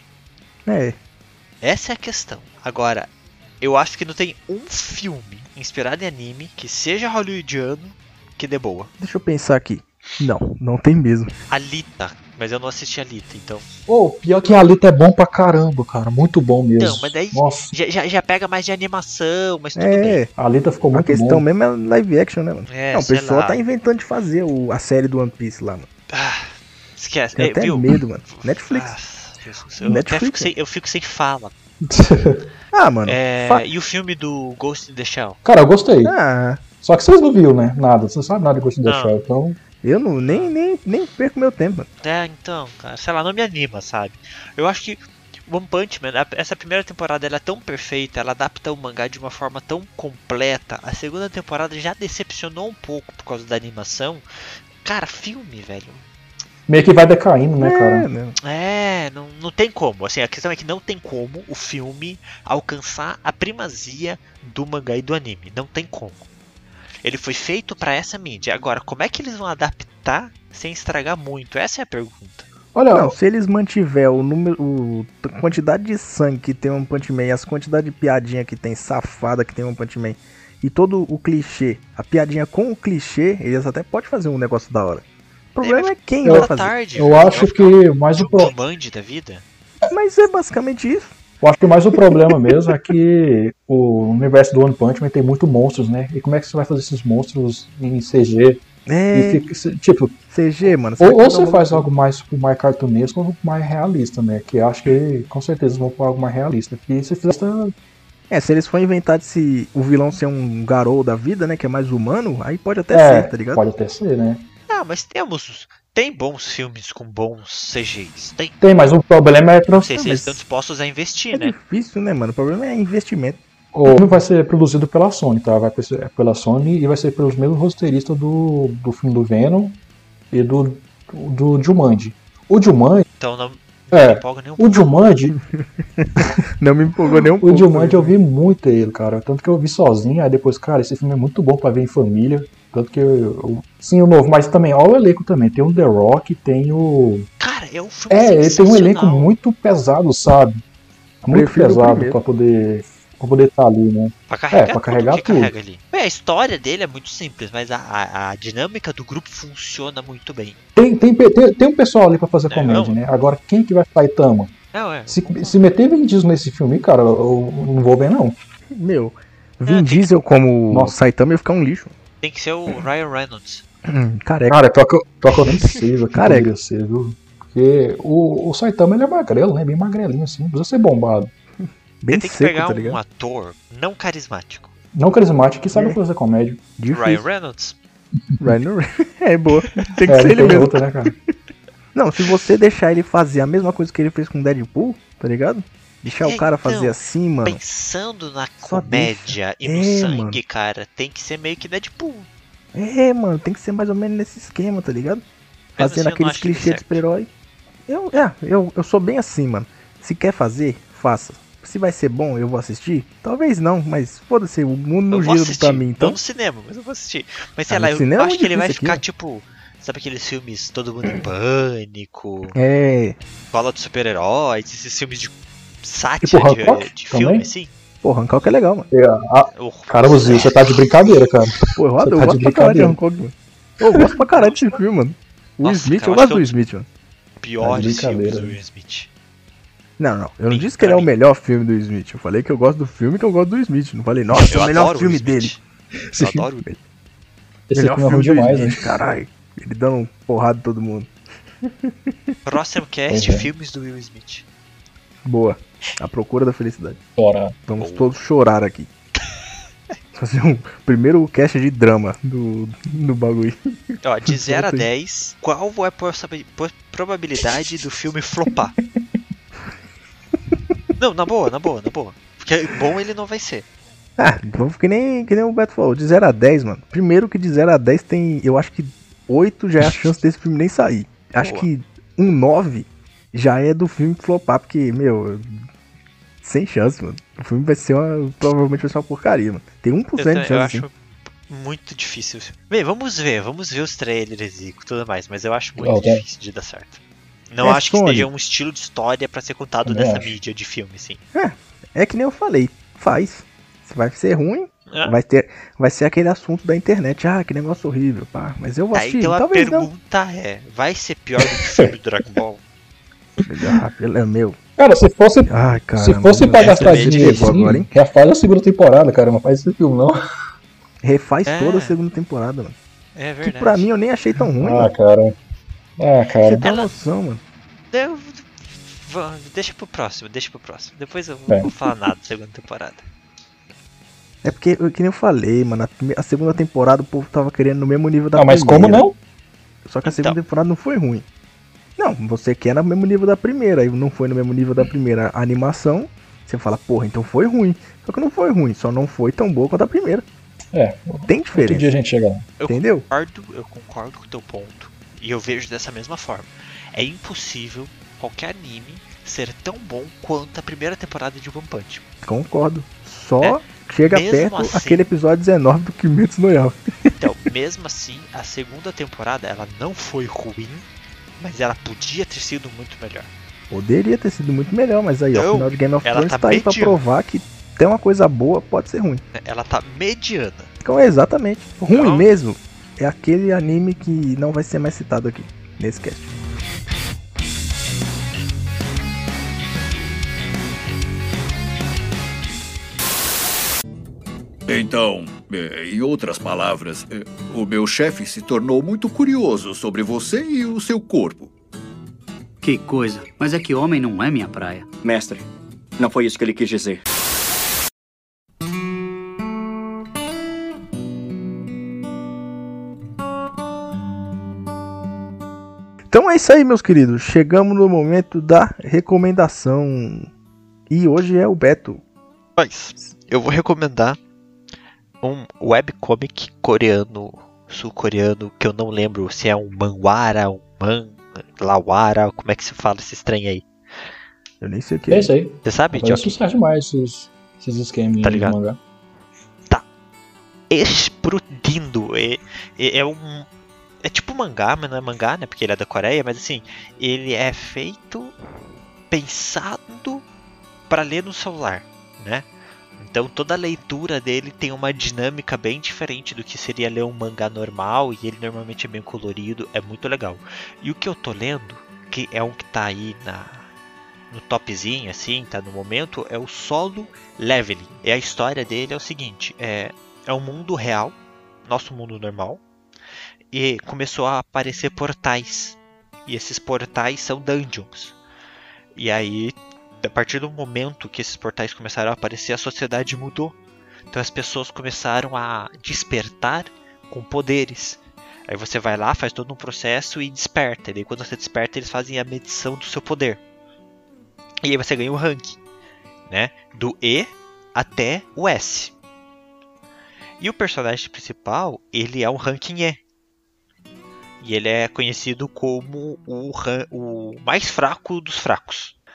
É. Essa é a questão. Agora, eu acho que não tem um filme inspirado em anime que seja hollywoodiano que dê boa. Deixa eu pensar aqui. Não, não tem mesmo. Alita, mas eu não assisti Alita, então. Ô, pior que a Alita é bom pra caramba, cara. Muito bom mesmo. Então, mas daí Nossa, já, já, já pega mais de animação, mas tudo É. bem. a Alita ficou A muito questão bom. mesmo é live action, né, mano? É, não, o sei pessoal lá. tá inventando de fazer o, a série do One Piece lá, mano. Ah, esquece. Tem É, até viu? medo, mano. Netflix. Ah, Jesus, eu, Netflix, até fico né? sem, eu fico sem fala. Ah, mano. É, fa- e o filme do Ghost in the Shell? Cara, eu gostei. Ah, Só que vocês não viram, né? Nada. Você não sabe nada de Ghost in the Não. Shell, então... eu não, nem, nem, nem perco meu tempo, mano. É, então, cara, sei lá, não me anima, sabe? Eu acho que One Punch Man, a- essa primeira temporada ela é tão perfeita, ela adapta o mangá de uma forma tão completa. A segunda temporada já decepcionou um pouco por causa da animação. Cara, filme, velho. Meio que vai decaindo, né, É, cara? né? É, não, não tem como. Assim, a questão é que não tem como o filme alcançar a primazia do mangá e do anime. Não tem como. Ele foi feito pra essa mídia. Agora, como é que eles vão adaptar sem estragar muito? Essa é a pergunta. Olha, Não, se eles mantiver o número, o, a quantidade de sangue que tem um Punch Man e as quantidade de piadinha que tem safada que tem um Punch Man e todo o clichê, a piadinha com o clichê, eles até podem fazer um negócio da hora. O problema é quem eu- vai Boa fazer. tarde. eu velho. acho que mais o, pro... Jumanji da vida? Mas é basicamente isso. eu acho que mais o problema mesmo é que o universo do One Punch Man tem muito monstros, né? E como é que você vai fazer esses monstros em C G? É, E fica, tipo, C G, mano. ou, vai ou quebrar você o faz maluco. algo mais, tipo, mais cartunesco ou mais realista, né? Que eu acho que com certeza vão para algo mais realista. E se fizer essa- É, se eles forem inventar de se o vilão ser um garou da vida, né, que é mais humano, aí pode até é, ser, tá ligado? pode até ser, né? Ah, mas temos. Tem bons filmes com bons C Gs. Tem. Tem, mas o problema é Não sei trans... se eles mas- estão dispostos a investir, É né? difícil, né, mano? O problema é investimento. O filme vai ser produzido pela Sony, tá? Vai ser pela Sony e vai ser pelos mesmos roteiristas do, do filme do Venom e do, do, do Jumanji. O Jumanji, Então não É, me empolga nem um o Jumanji, Não me empolgou nem um pouco. o Jumanji eu vi muito ele, cara. Tanto que eu vi sozinho, aí depois, cara, esse filme é muito bom pra ver em família. Tanto que eu, eu- sim, o novo, mas também, olha o elenco também. Tem o The Rock, tem o. Cara, é um filme É, ele tem um elenco sensacional. muito pesado, sabe? Muito Prefiro o pesado primeiro. pra poder. Pra poder estar ali, né? Pra carregar, É, pra tudo carregar que tudo. carrega ali. Ué, a história dele é muito simples, mas a, a, a dinâmica do grupo funciona muito bem. Tem, tem, tem, tem um pessoal ali pra fazer Não, comédia, não. né? Agora, quem que vai Saitama? Não, é. Se, se meter Vin Diesel nesse filme, cara, eu, eu não vou ver, não. Meu, Vin Diesel como Nossa. Saitama ia ficar um lixo. Tem que ser o Ryan Reynolds. Hum, Careca. Cara, toca, toca eu nem sei o que Careca. poderia ser, viu? Porque o, o Saitama, ele é magrelo, né? Bem magrelinho, assim. Não precisa ser bombado. Bem Você tem que seco, pegar tá um ligado? ator não carismático. Não carismático, que sabe É. fazer comédia. Ryan Difícil. Reynolds. Ryan Reynolds. É boa. Tem que É, ser não ele tem mesmo. outra, né, cara? Não, se você deixar ele fazer a mesma coisa que ele fez com Deadpool, tá ligado? Deixar É, o cara então, fazer assim, mano. Pensando na Só comédia e no É, sangue, mano. cara, tem que ser meio que Deadpool. É, mano, tem que ser mais ou menos nesse esquema, tá ligado? Mesmo Fazendo assim, eu não aqueles acho ele clichês de certo. super-herói. Eu, é, eu, eu sou bem assim, mano. Se quer fazer, faça. se vai ser bom, eu vou assistir? Talvez não, mas foda-se, o mundo não Eu vou gira assistir, pra mim, então. não no cinema, mas eu vou assistir. Mas sei Ah, lá, no eu cinema é acho muito que ele vai difícil ficar aqui, tipo... Sabe aqueles filmes Todo Mundo em Pânico, É. Escola de Super-Heróis, esses filmes de sátira Tipo de, Hancock de também? filme, assim? Pô, Hancock é legal, mano. Ah, caramba, Zil, você tá de brincadeira, cara. Pô, eu, Você eu tá gosto de pra caralho de brincadeira. Hancock, mano. Eu gosto pra caralho desse filme, mano. O Will Nossa, Smith, cara, eu acho gosto que do eu- Will Smith, mano. Piores Tá de filmes do brincadeira. Will Smith. Não, não. Eu não disse que ele é o melhor filme do Will Smith. Eu falei que eu gosto do filme que eu gosto do Will Smith. Não falei, nossa, é Eu o melhor adoro o filme Will dele. Smith. Eu adoro o Esse melhor filme é filme ruim do demais, Will Smith, né? caralho. Ele dando um porrada em todo mundo. Próximo cast, Uhum. filmes do Will Smith. Boa. A procura da felicidade. Chorar. Vamos todos chorar aqui. Fazer um primeiro cast de drama do, do bagulho. Ó, de zero a dez, qual é a possabi- po- probabilidade do filme flopar? Não, na boa, na boa, na boa. Porque bom ele não vai ser. Ah, vamos que nem, que nem o Beto falou. De zero a dez, mano. Primeiro que de zero a dez tem. Eu acho que oito já é a chance desse filme nem sair. Acho Boa. que um nove já é do filme flopar, porque, meu. Sem chance, mano. O filme vai ser uma. Provavelmente vai ser uma porcaria, mano. Tem um por Eu, cento de ta- eu chance, acho assim. muito difícil. Bem, vamos ver, vamos ver os trailers e tudo mais, mas eu acho muito Ó, tem- difícil de dar certo. Não É acho que Sony. seja um estilo de história pra ser contado Também dessa acho. mídia de filme, assim. É que nem eu falei. Faz. Se vai ser ruim, É. vai, ter, vai ser aquele assunto da internet. Ah, que negócio horrível, pá. Mas eu vou Aí assistir. então a Talvez não. pergunta é, vai ser pior do que o filme do Dragon Ball? Ah, pelo- é meu. Cara, se fosse, Ai, cara. se fosse pra essa gastar me dinheiro pegou assim, agora, hein? já faz a segunda temporada, cara. Não faz esse filme, não. Refaz É. toda a segunda temporada, mano. É Que verdade. pra mim eu nem achei tão ruim, Ah, mano. cara. Ah, Você cara. tem Ela- noção, mano. Eu- va- Deixa pro próximo, deixa pro próximo. Depois eu não É. vou falar nada da segunda temporada. É porque, que nem eu falei, mano, a, prime- a segunda temporada o povo tava querendo no mesmo nível da Ah, mas primeira. como não? Só que a segunda Então. temporada não foi ruim. Não, você quer no mesmo nível da primeira, aí não foi no mesmo nível da primeira a animação, você fala, porra, então foi ruim. Só que não foi ruim, só não foi tão boa quanto a primeira. É, Tem outro diferença, dia a gente chega lá. Eu entendeu? concordo, eu concordo com o teu ponto. E eu vejo dessa mesma forma. É impossível qualquer anime ser tão bom quanto a primeira temporada de One Punch Man. Concordo. Só É, chega mesmo perto assim- aquele episódio dezenove do Kimetsu no Yaiba. Então, mesmo assim, a segunda temporada ela não foi ruim, mas ela podia ter sido muito melhor. Poderia ter sido muito melhor, mas aí, ó, Não, o final de Game of ela Thrones tá tá aí pra mediana. provar que tem uma coisa boa, pode ser ruim. Ela tá mediana. Então é exatamente. Ruim Não. mesmo é aquele anime que não vai ser mais citado aqui, nesse cast. Então, eh, em outras palavras, eh, o meu chefe se tornou muito curioso sobre você e o seu corpo. Que coisa. Mas é que homem não é minha praia. Mestre, não foi isso que ele quis dizer. Então é isso aí, meus queridos. Chegamos no momento da recomendação. E hoje é o Beto. Mas eu vou recomendar um webcomic coreano, sul-coreano, que eu não lembro se é um manhwara, um man, lawara, como é que se fala esse trem aí? Eu nem sei o que É isso aí. Você sabe, Faz Jockey? sucesso demais esses, esses esquemas Tá de ligado? mangá. Explodindo. É, é, é um. É tipo mangá, mas não é mangá, né? Porque ele é da Coreia, mas assim, ele é feito pensado para ler no celular, né? Então toda a leitura dele tem uma dinâmica bem diferente do que seria ler um mangá normal, e ele normalmente é bem colorido, é muito legal. E o que eu tô lendo, que é um que tá aí na no topzinho assim, tá no momento, é o Solo Leveling. E a história dele é o seguinte, é é um mundo real, nosso mundo normal, e começou a aparecer portais. E esses portais são dungeons. E aí, a partir do momento que esses portais começaram a aparecer, a sociedade mudou. Então as pessoas começaram a despertar com poderes. Aí você vai lá, faz todo um processo e desperta. E daí quando você desperta, eles fazem a medição do seu poder. E aí você ganha o rank, né? Do E até o S. E o personagem principal, ele é um ranking E. E ele é conhecido como o, ran- o mais fraco dos fracos.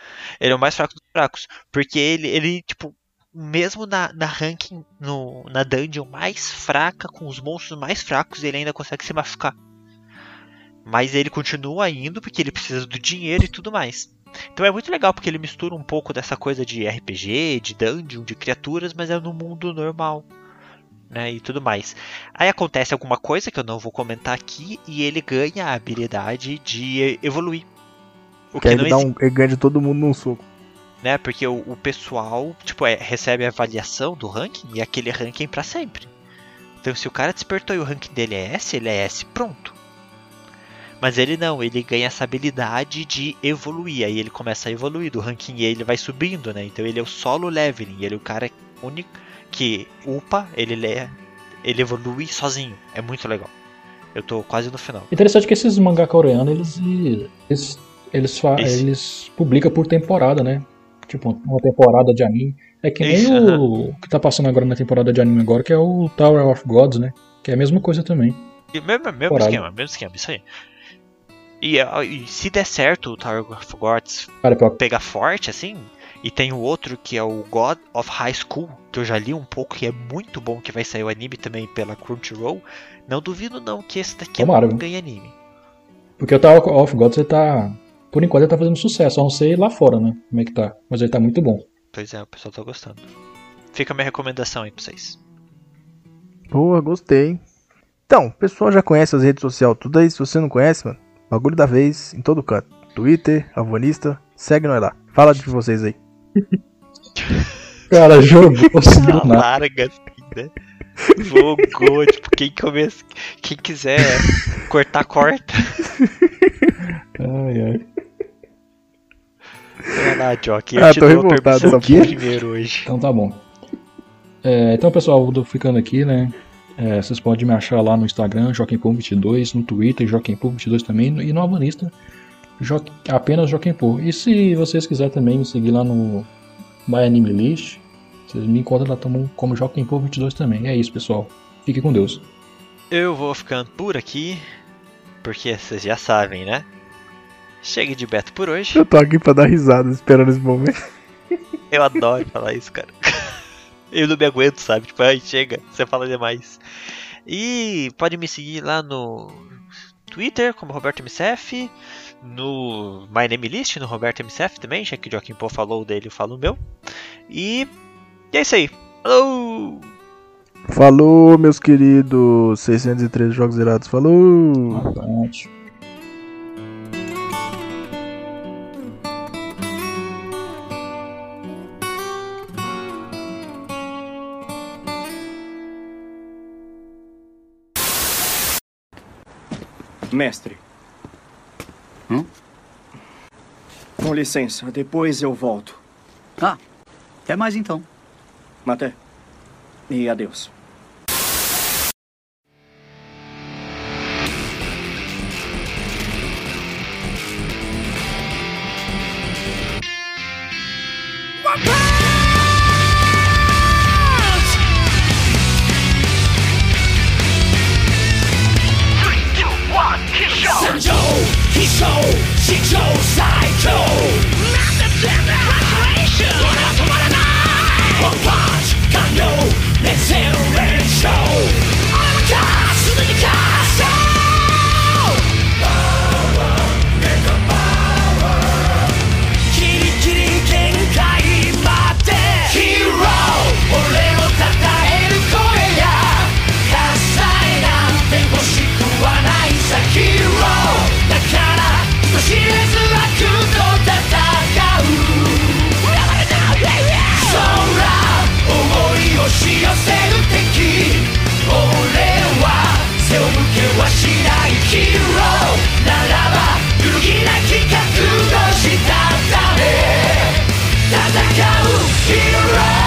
Ele é o mais fraco dos fracos. Porque ele, ele tipo, mesmo na, na ranking, no, na dungeon mais fraca, com os monstros mais fracos, ele ainda consegue se machucar. Mas ele continua indo porque ele precisa do dinheiro e tudo mais. Então é muito legal porque ele mistura um pouco dessa coisa de R P G, de dungeon, de criaturas, mas é no mundo normal, né, e tudo mais. Aí acontece alguma coisa que eu não vou comentar aqui e ele ganha a habilidade de evoluir. O que, que não ele, dá um, ele ganha de todo mundo num soco. Né, porque o, o pessoal tipo, é, recebe a avaliação do ranking e aquele ranking pra sempre. Então se o cara despertou e o ranking dele é S, ele é S, pronto. Mas ele não, ele ganha essa habilidade de evoluir. Aí ele começa a evoluir do ranking e ele vai subindo, né? Então ele é o solo leveling, ele é o cara único que upa, ele, ele evolui sozinho. É muito legal. Eu tô quase no final. Interessante que esses mangá coreanos, eles eles, eles, fa- eles publicam por temporada, né? Tipo, uma temporada de anime. É que nem Isso, o, o que tá passando agora na temporada de anime agora, que é o Tower of Gods, né? Que é a mesma coisa também. E mesmo, mesmo Temporada. esquema, mesmo esquema, isso aí. E, e se der certo o Tower of Gods Cara, pra- pegar forte, assim, e tem o outro que é o God of High School, que eu já li um pouco, que é muito bom, que vai sair o anime também pela Crunchyroll, não duvido não que esse daqui Tomara, não viu? ganhe anime. Porque o Tower of Gods, ele tá... Por enquanto ele tá fazendo sucesso, a não sei lá fora, né? Como é que tá. Mas ele tá muito bom. Pois é, o pessoal tá gostando. Fica a minha recomendação aí pra vocês. Boa, gostei. Então, o pessoal já conhece as redes sociais tudo aí. Se você não conhece, mano, bagulho da vez, em todo canto. Twitter, Avonista, segue nós lá. Fala de vocês aí. Cara, jogou assim do nada. Larga assim, né? Jogou, tipo, quem começa, quem quiser cortar, corta. Ai, ai. Vai lá, Jock, eu Ah, te tô dou a revoltado permissão dessa porra. primeiro hoje. Então tá bom. É, então, pessoal, eu tô ficando aqui, né? É, vocês podem me achar lá no Instagram, Joaquimpô vinte e dois, no Twitter, Joaquimpô vinte e dois também, e no Avanista, jo... apenas Joaquimpô. E se vocês quiserem também me seguir lá no My Anime List, vocês me encontram lá como Joaquimpô vinte e dois também. É isso, pessoal. Fique com Deus. Eu vou ficando por aqui, porque vocês já sabem, né? Chega de Beto por hoje. Eu tô aqui pra dar risada esperando esse momento. Eu adoro falar isso, cara. Eu não me aguento, sabe? Tipo, ai, chega, você fala demais. E pode me seguir lá no Twitter, como Roberto M C F, no My Name List, no Roberto M C F também, já que o Joaquim Pô falou dele, eu falo o meu. E, e é isso aí. Falou! Falou, meus queridos. seiscentos e treze jogos zerados. Falou! Bastante. Mestre. Hum? Com licença, depois eu volto. Ah, até mais então. Até. E adeus. Hero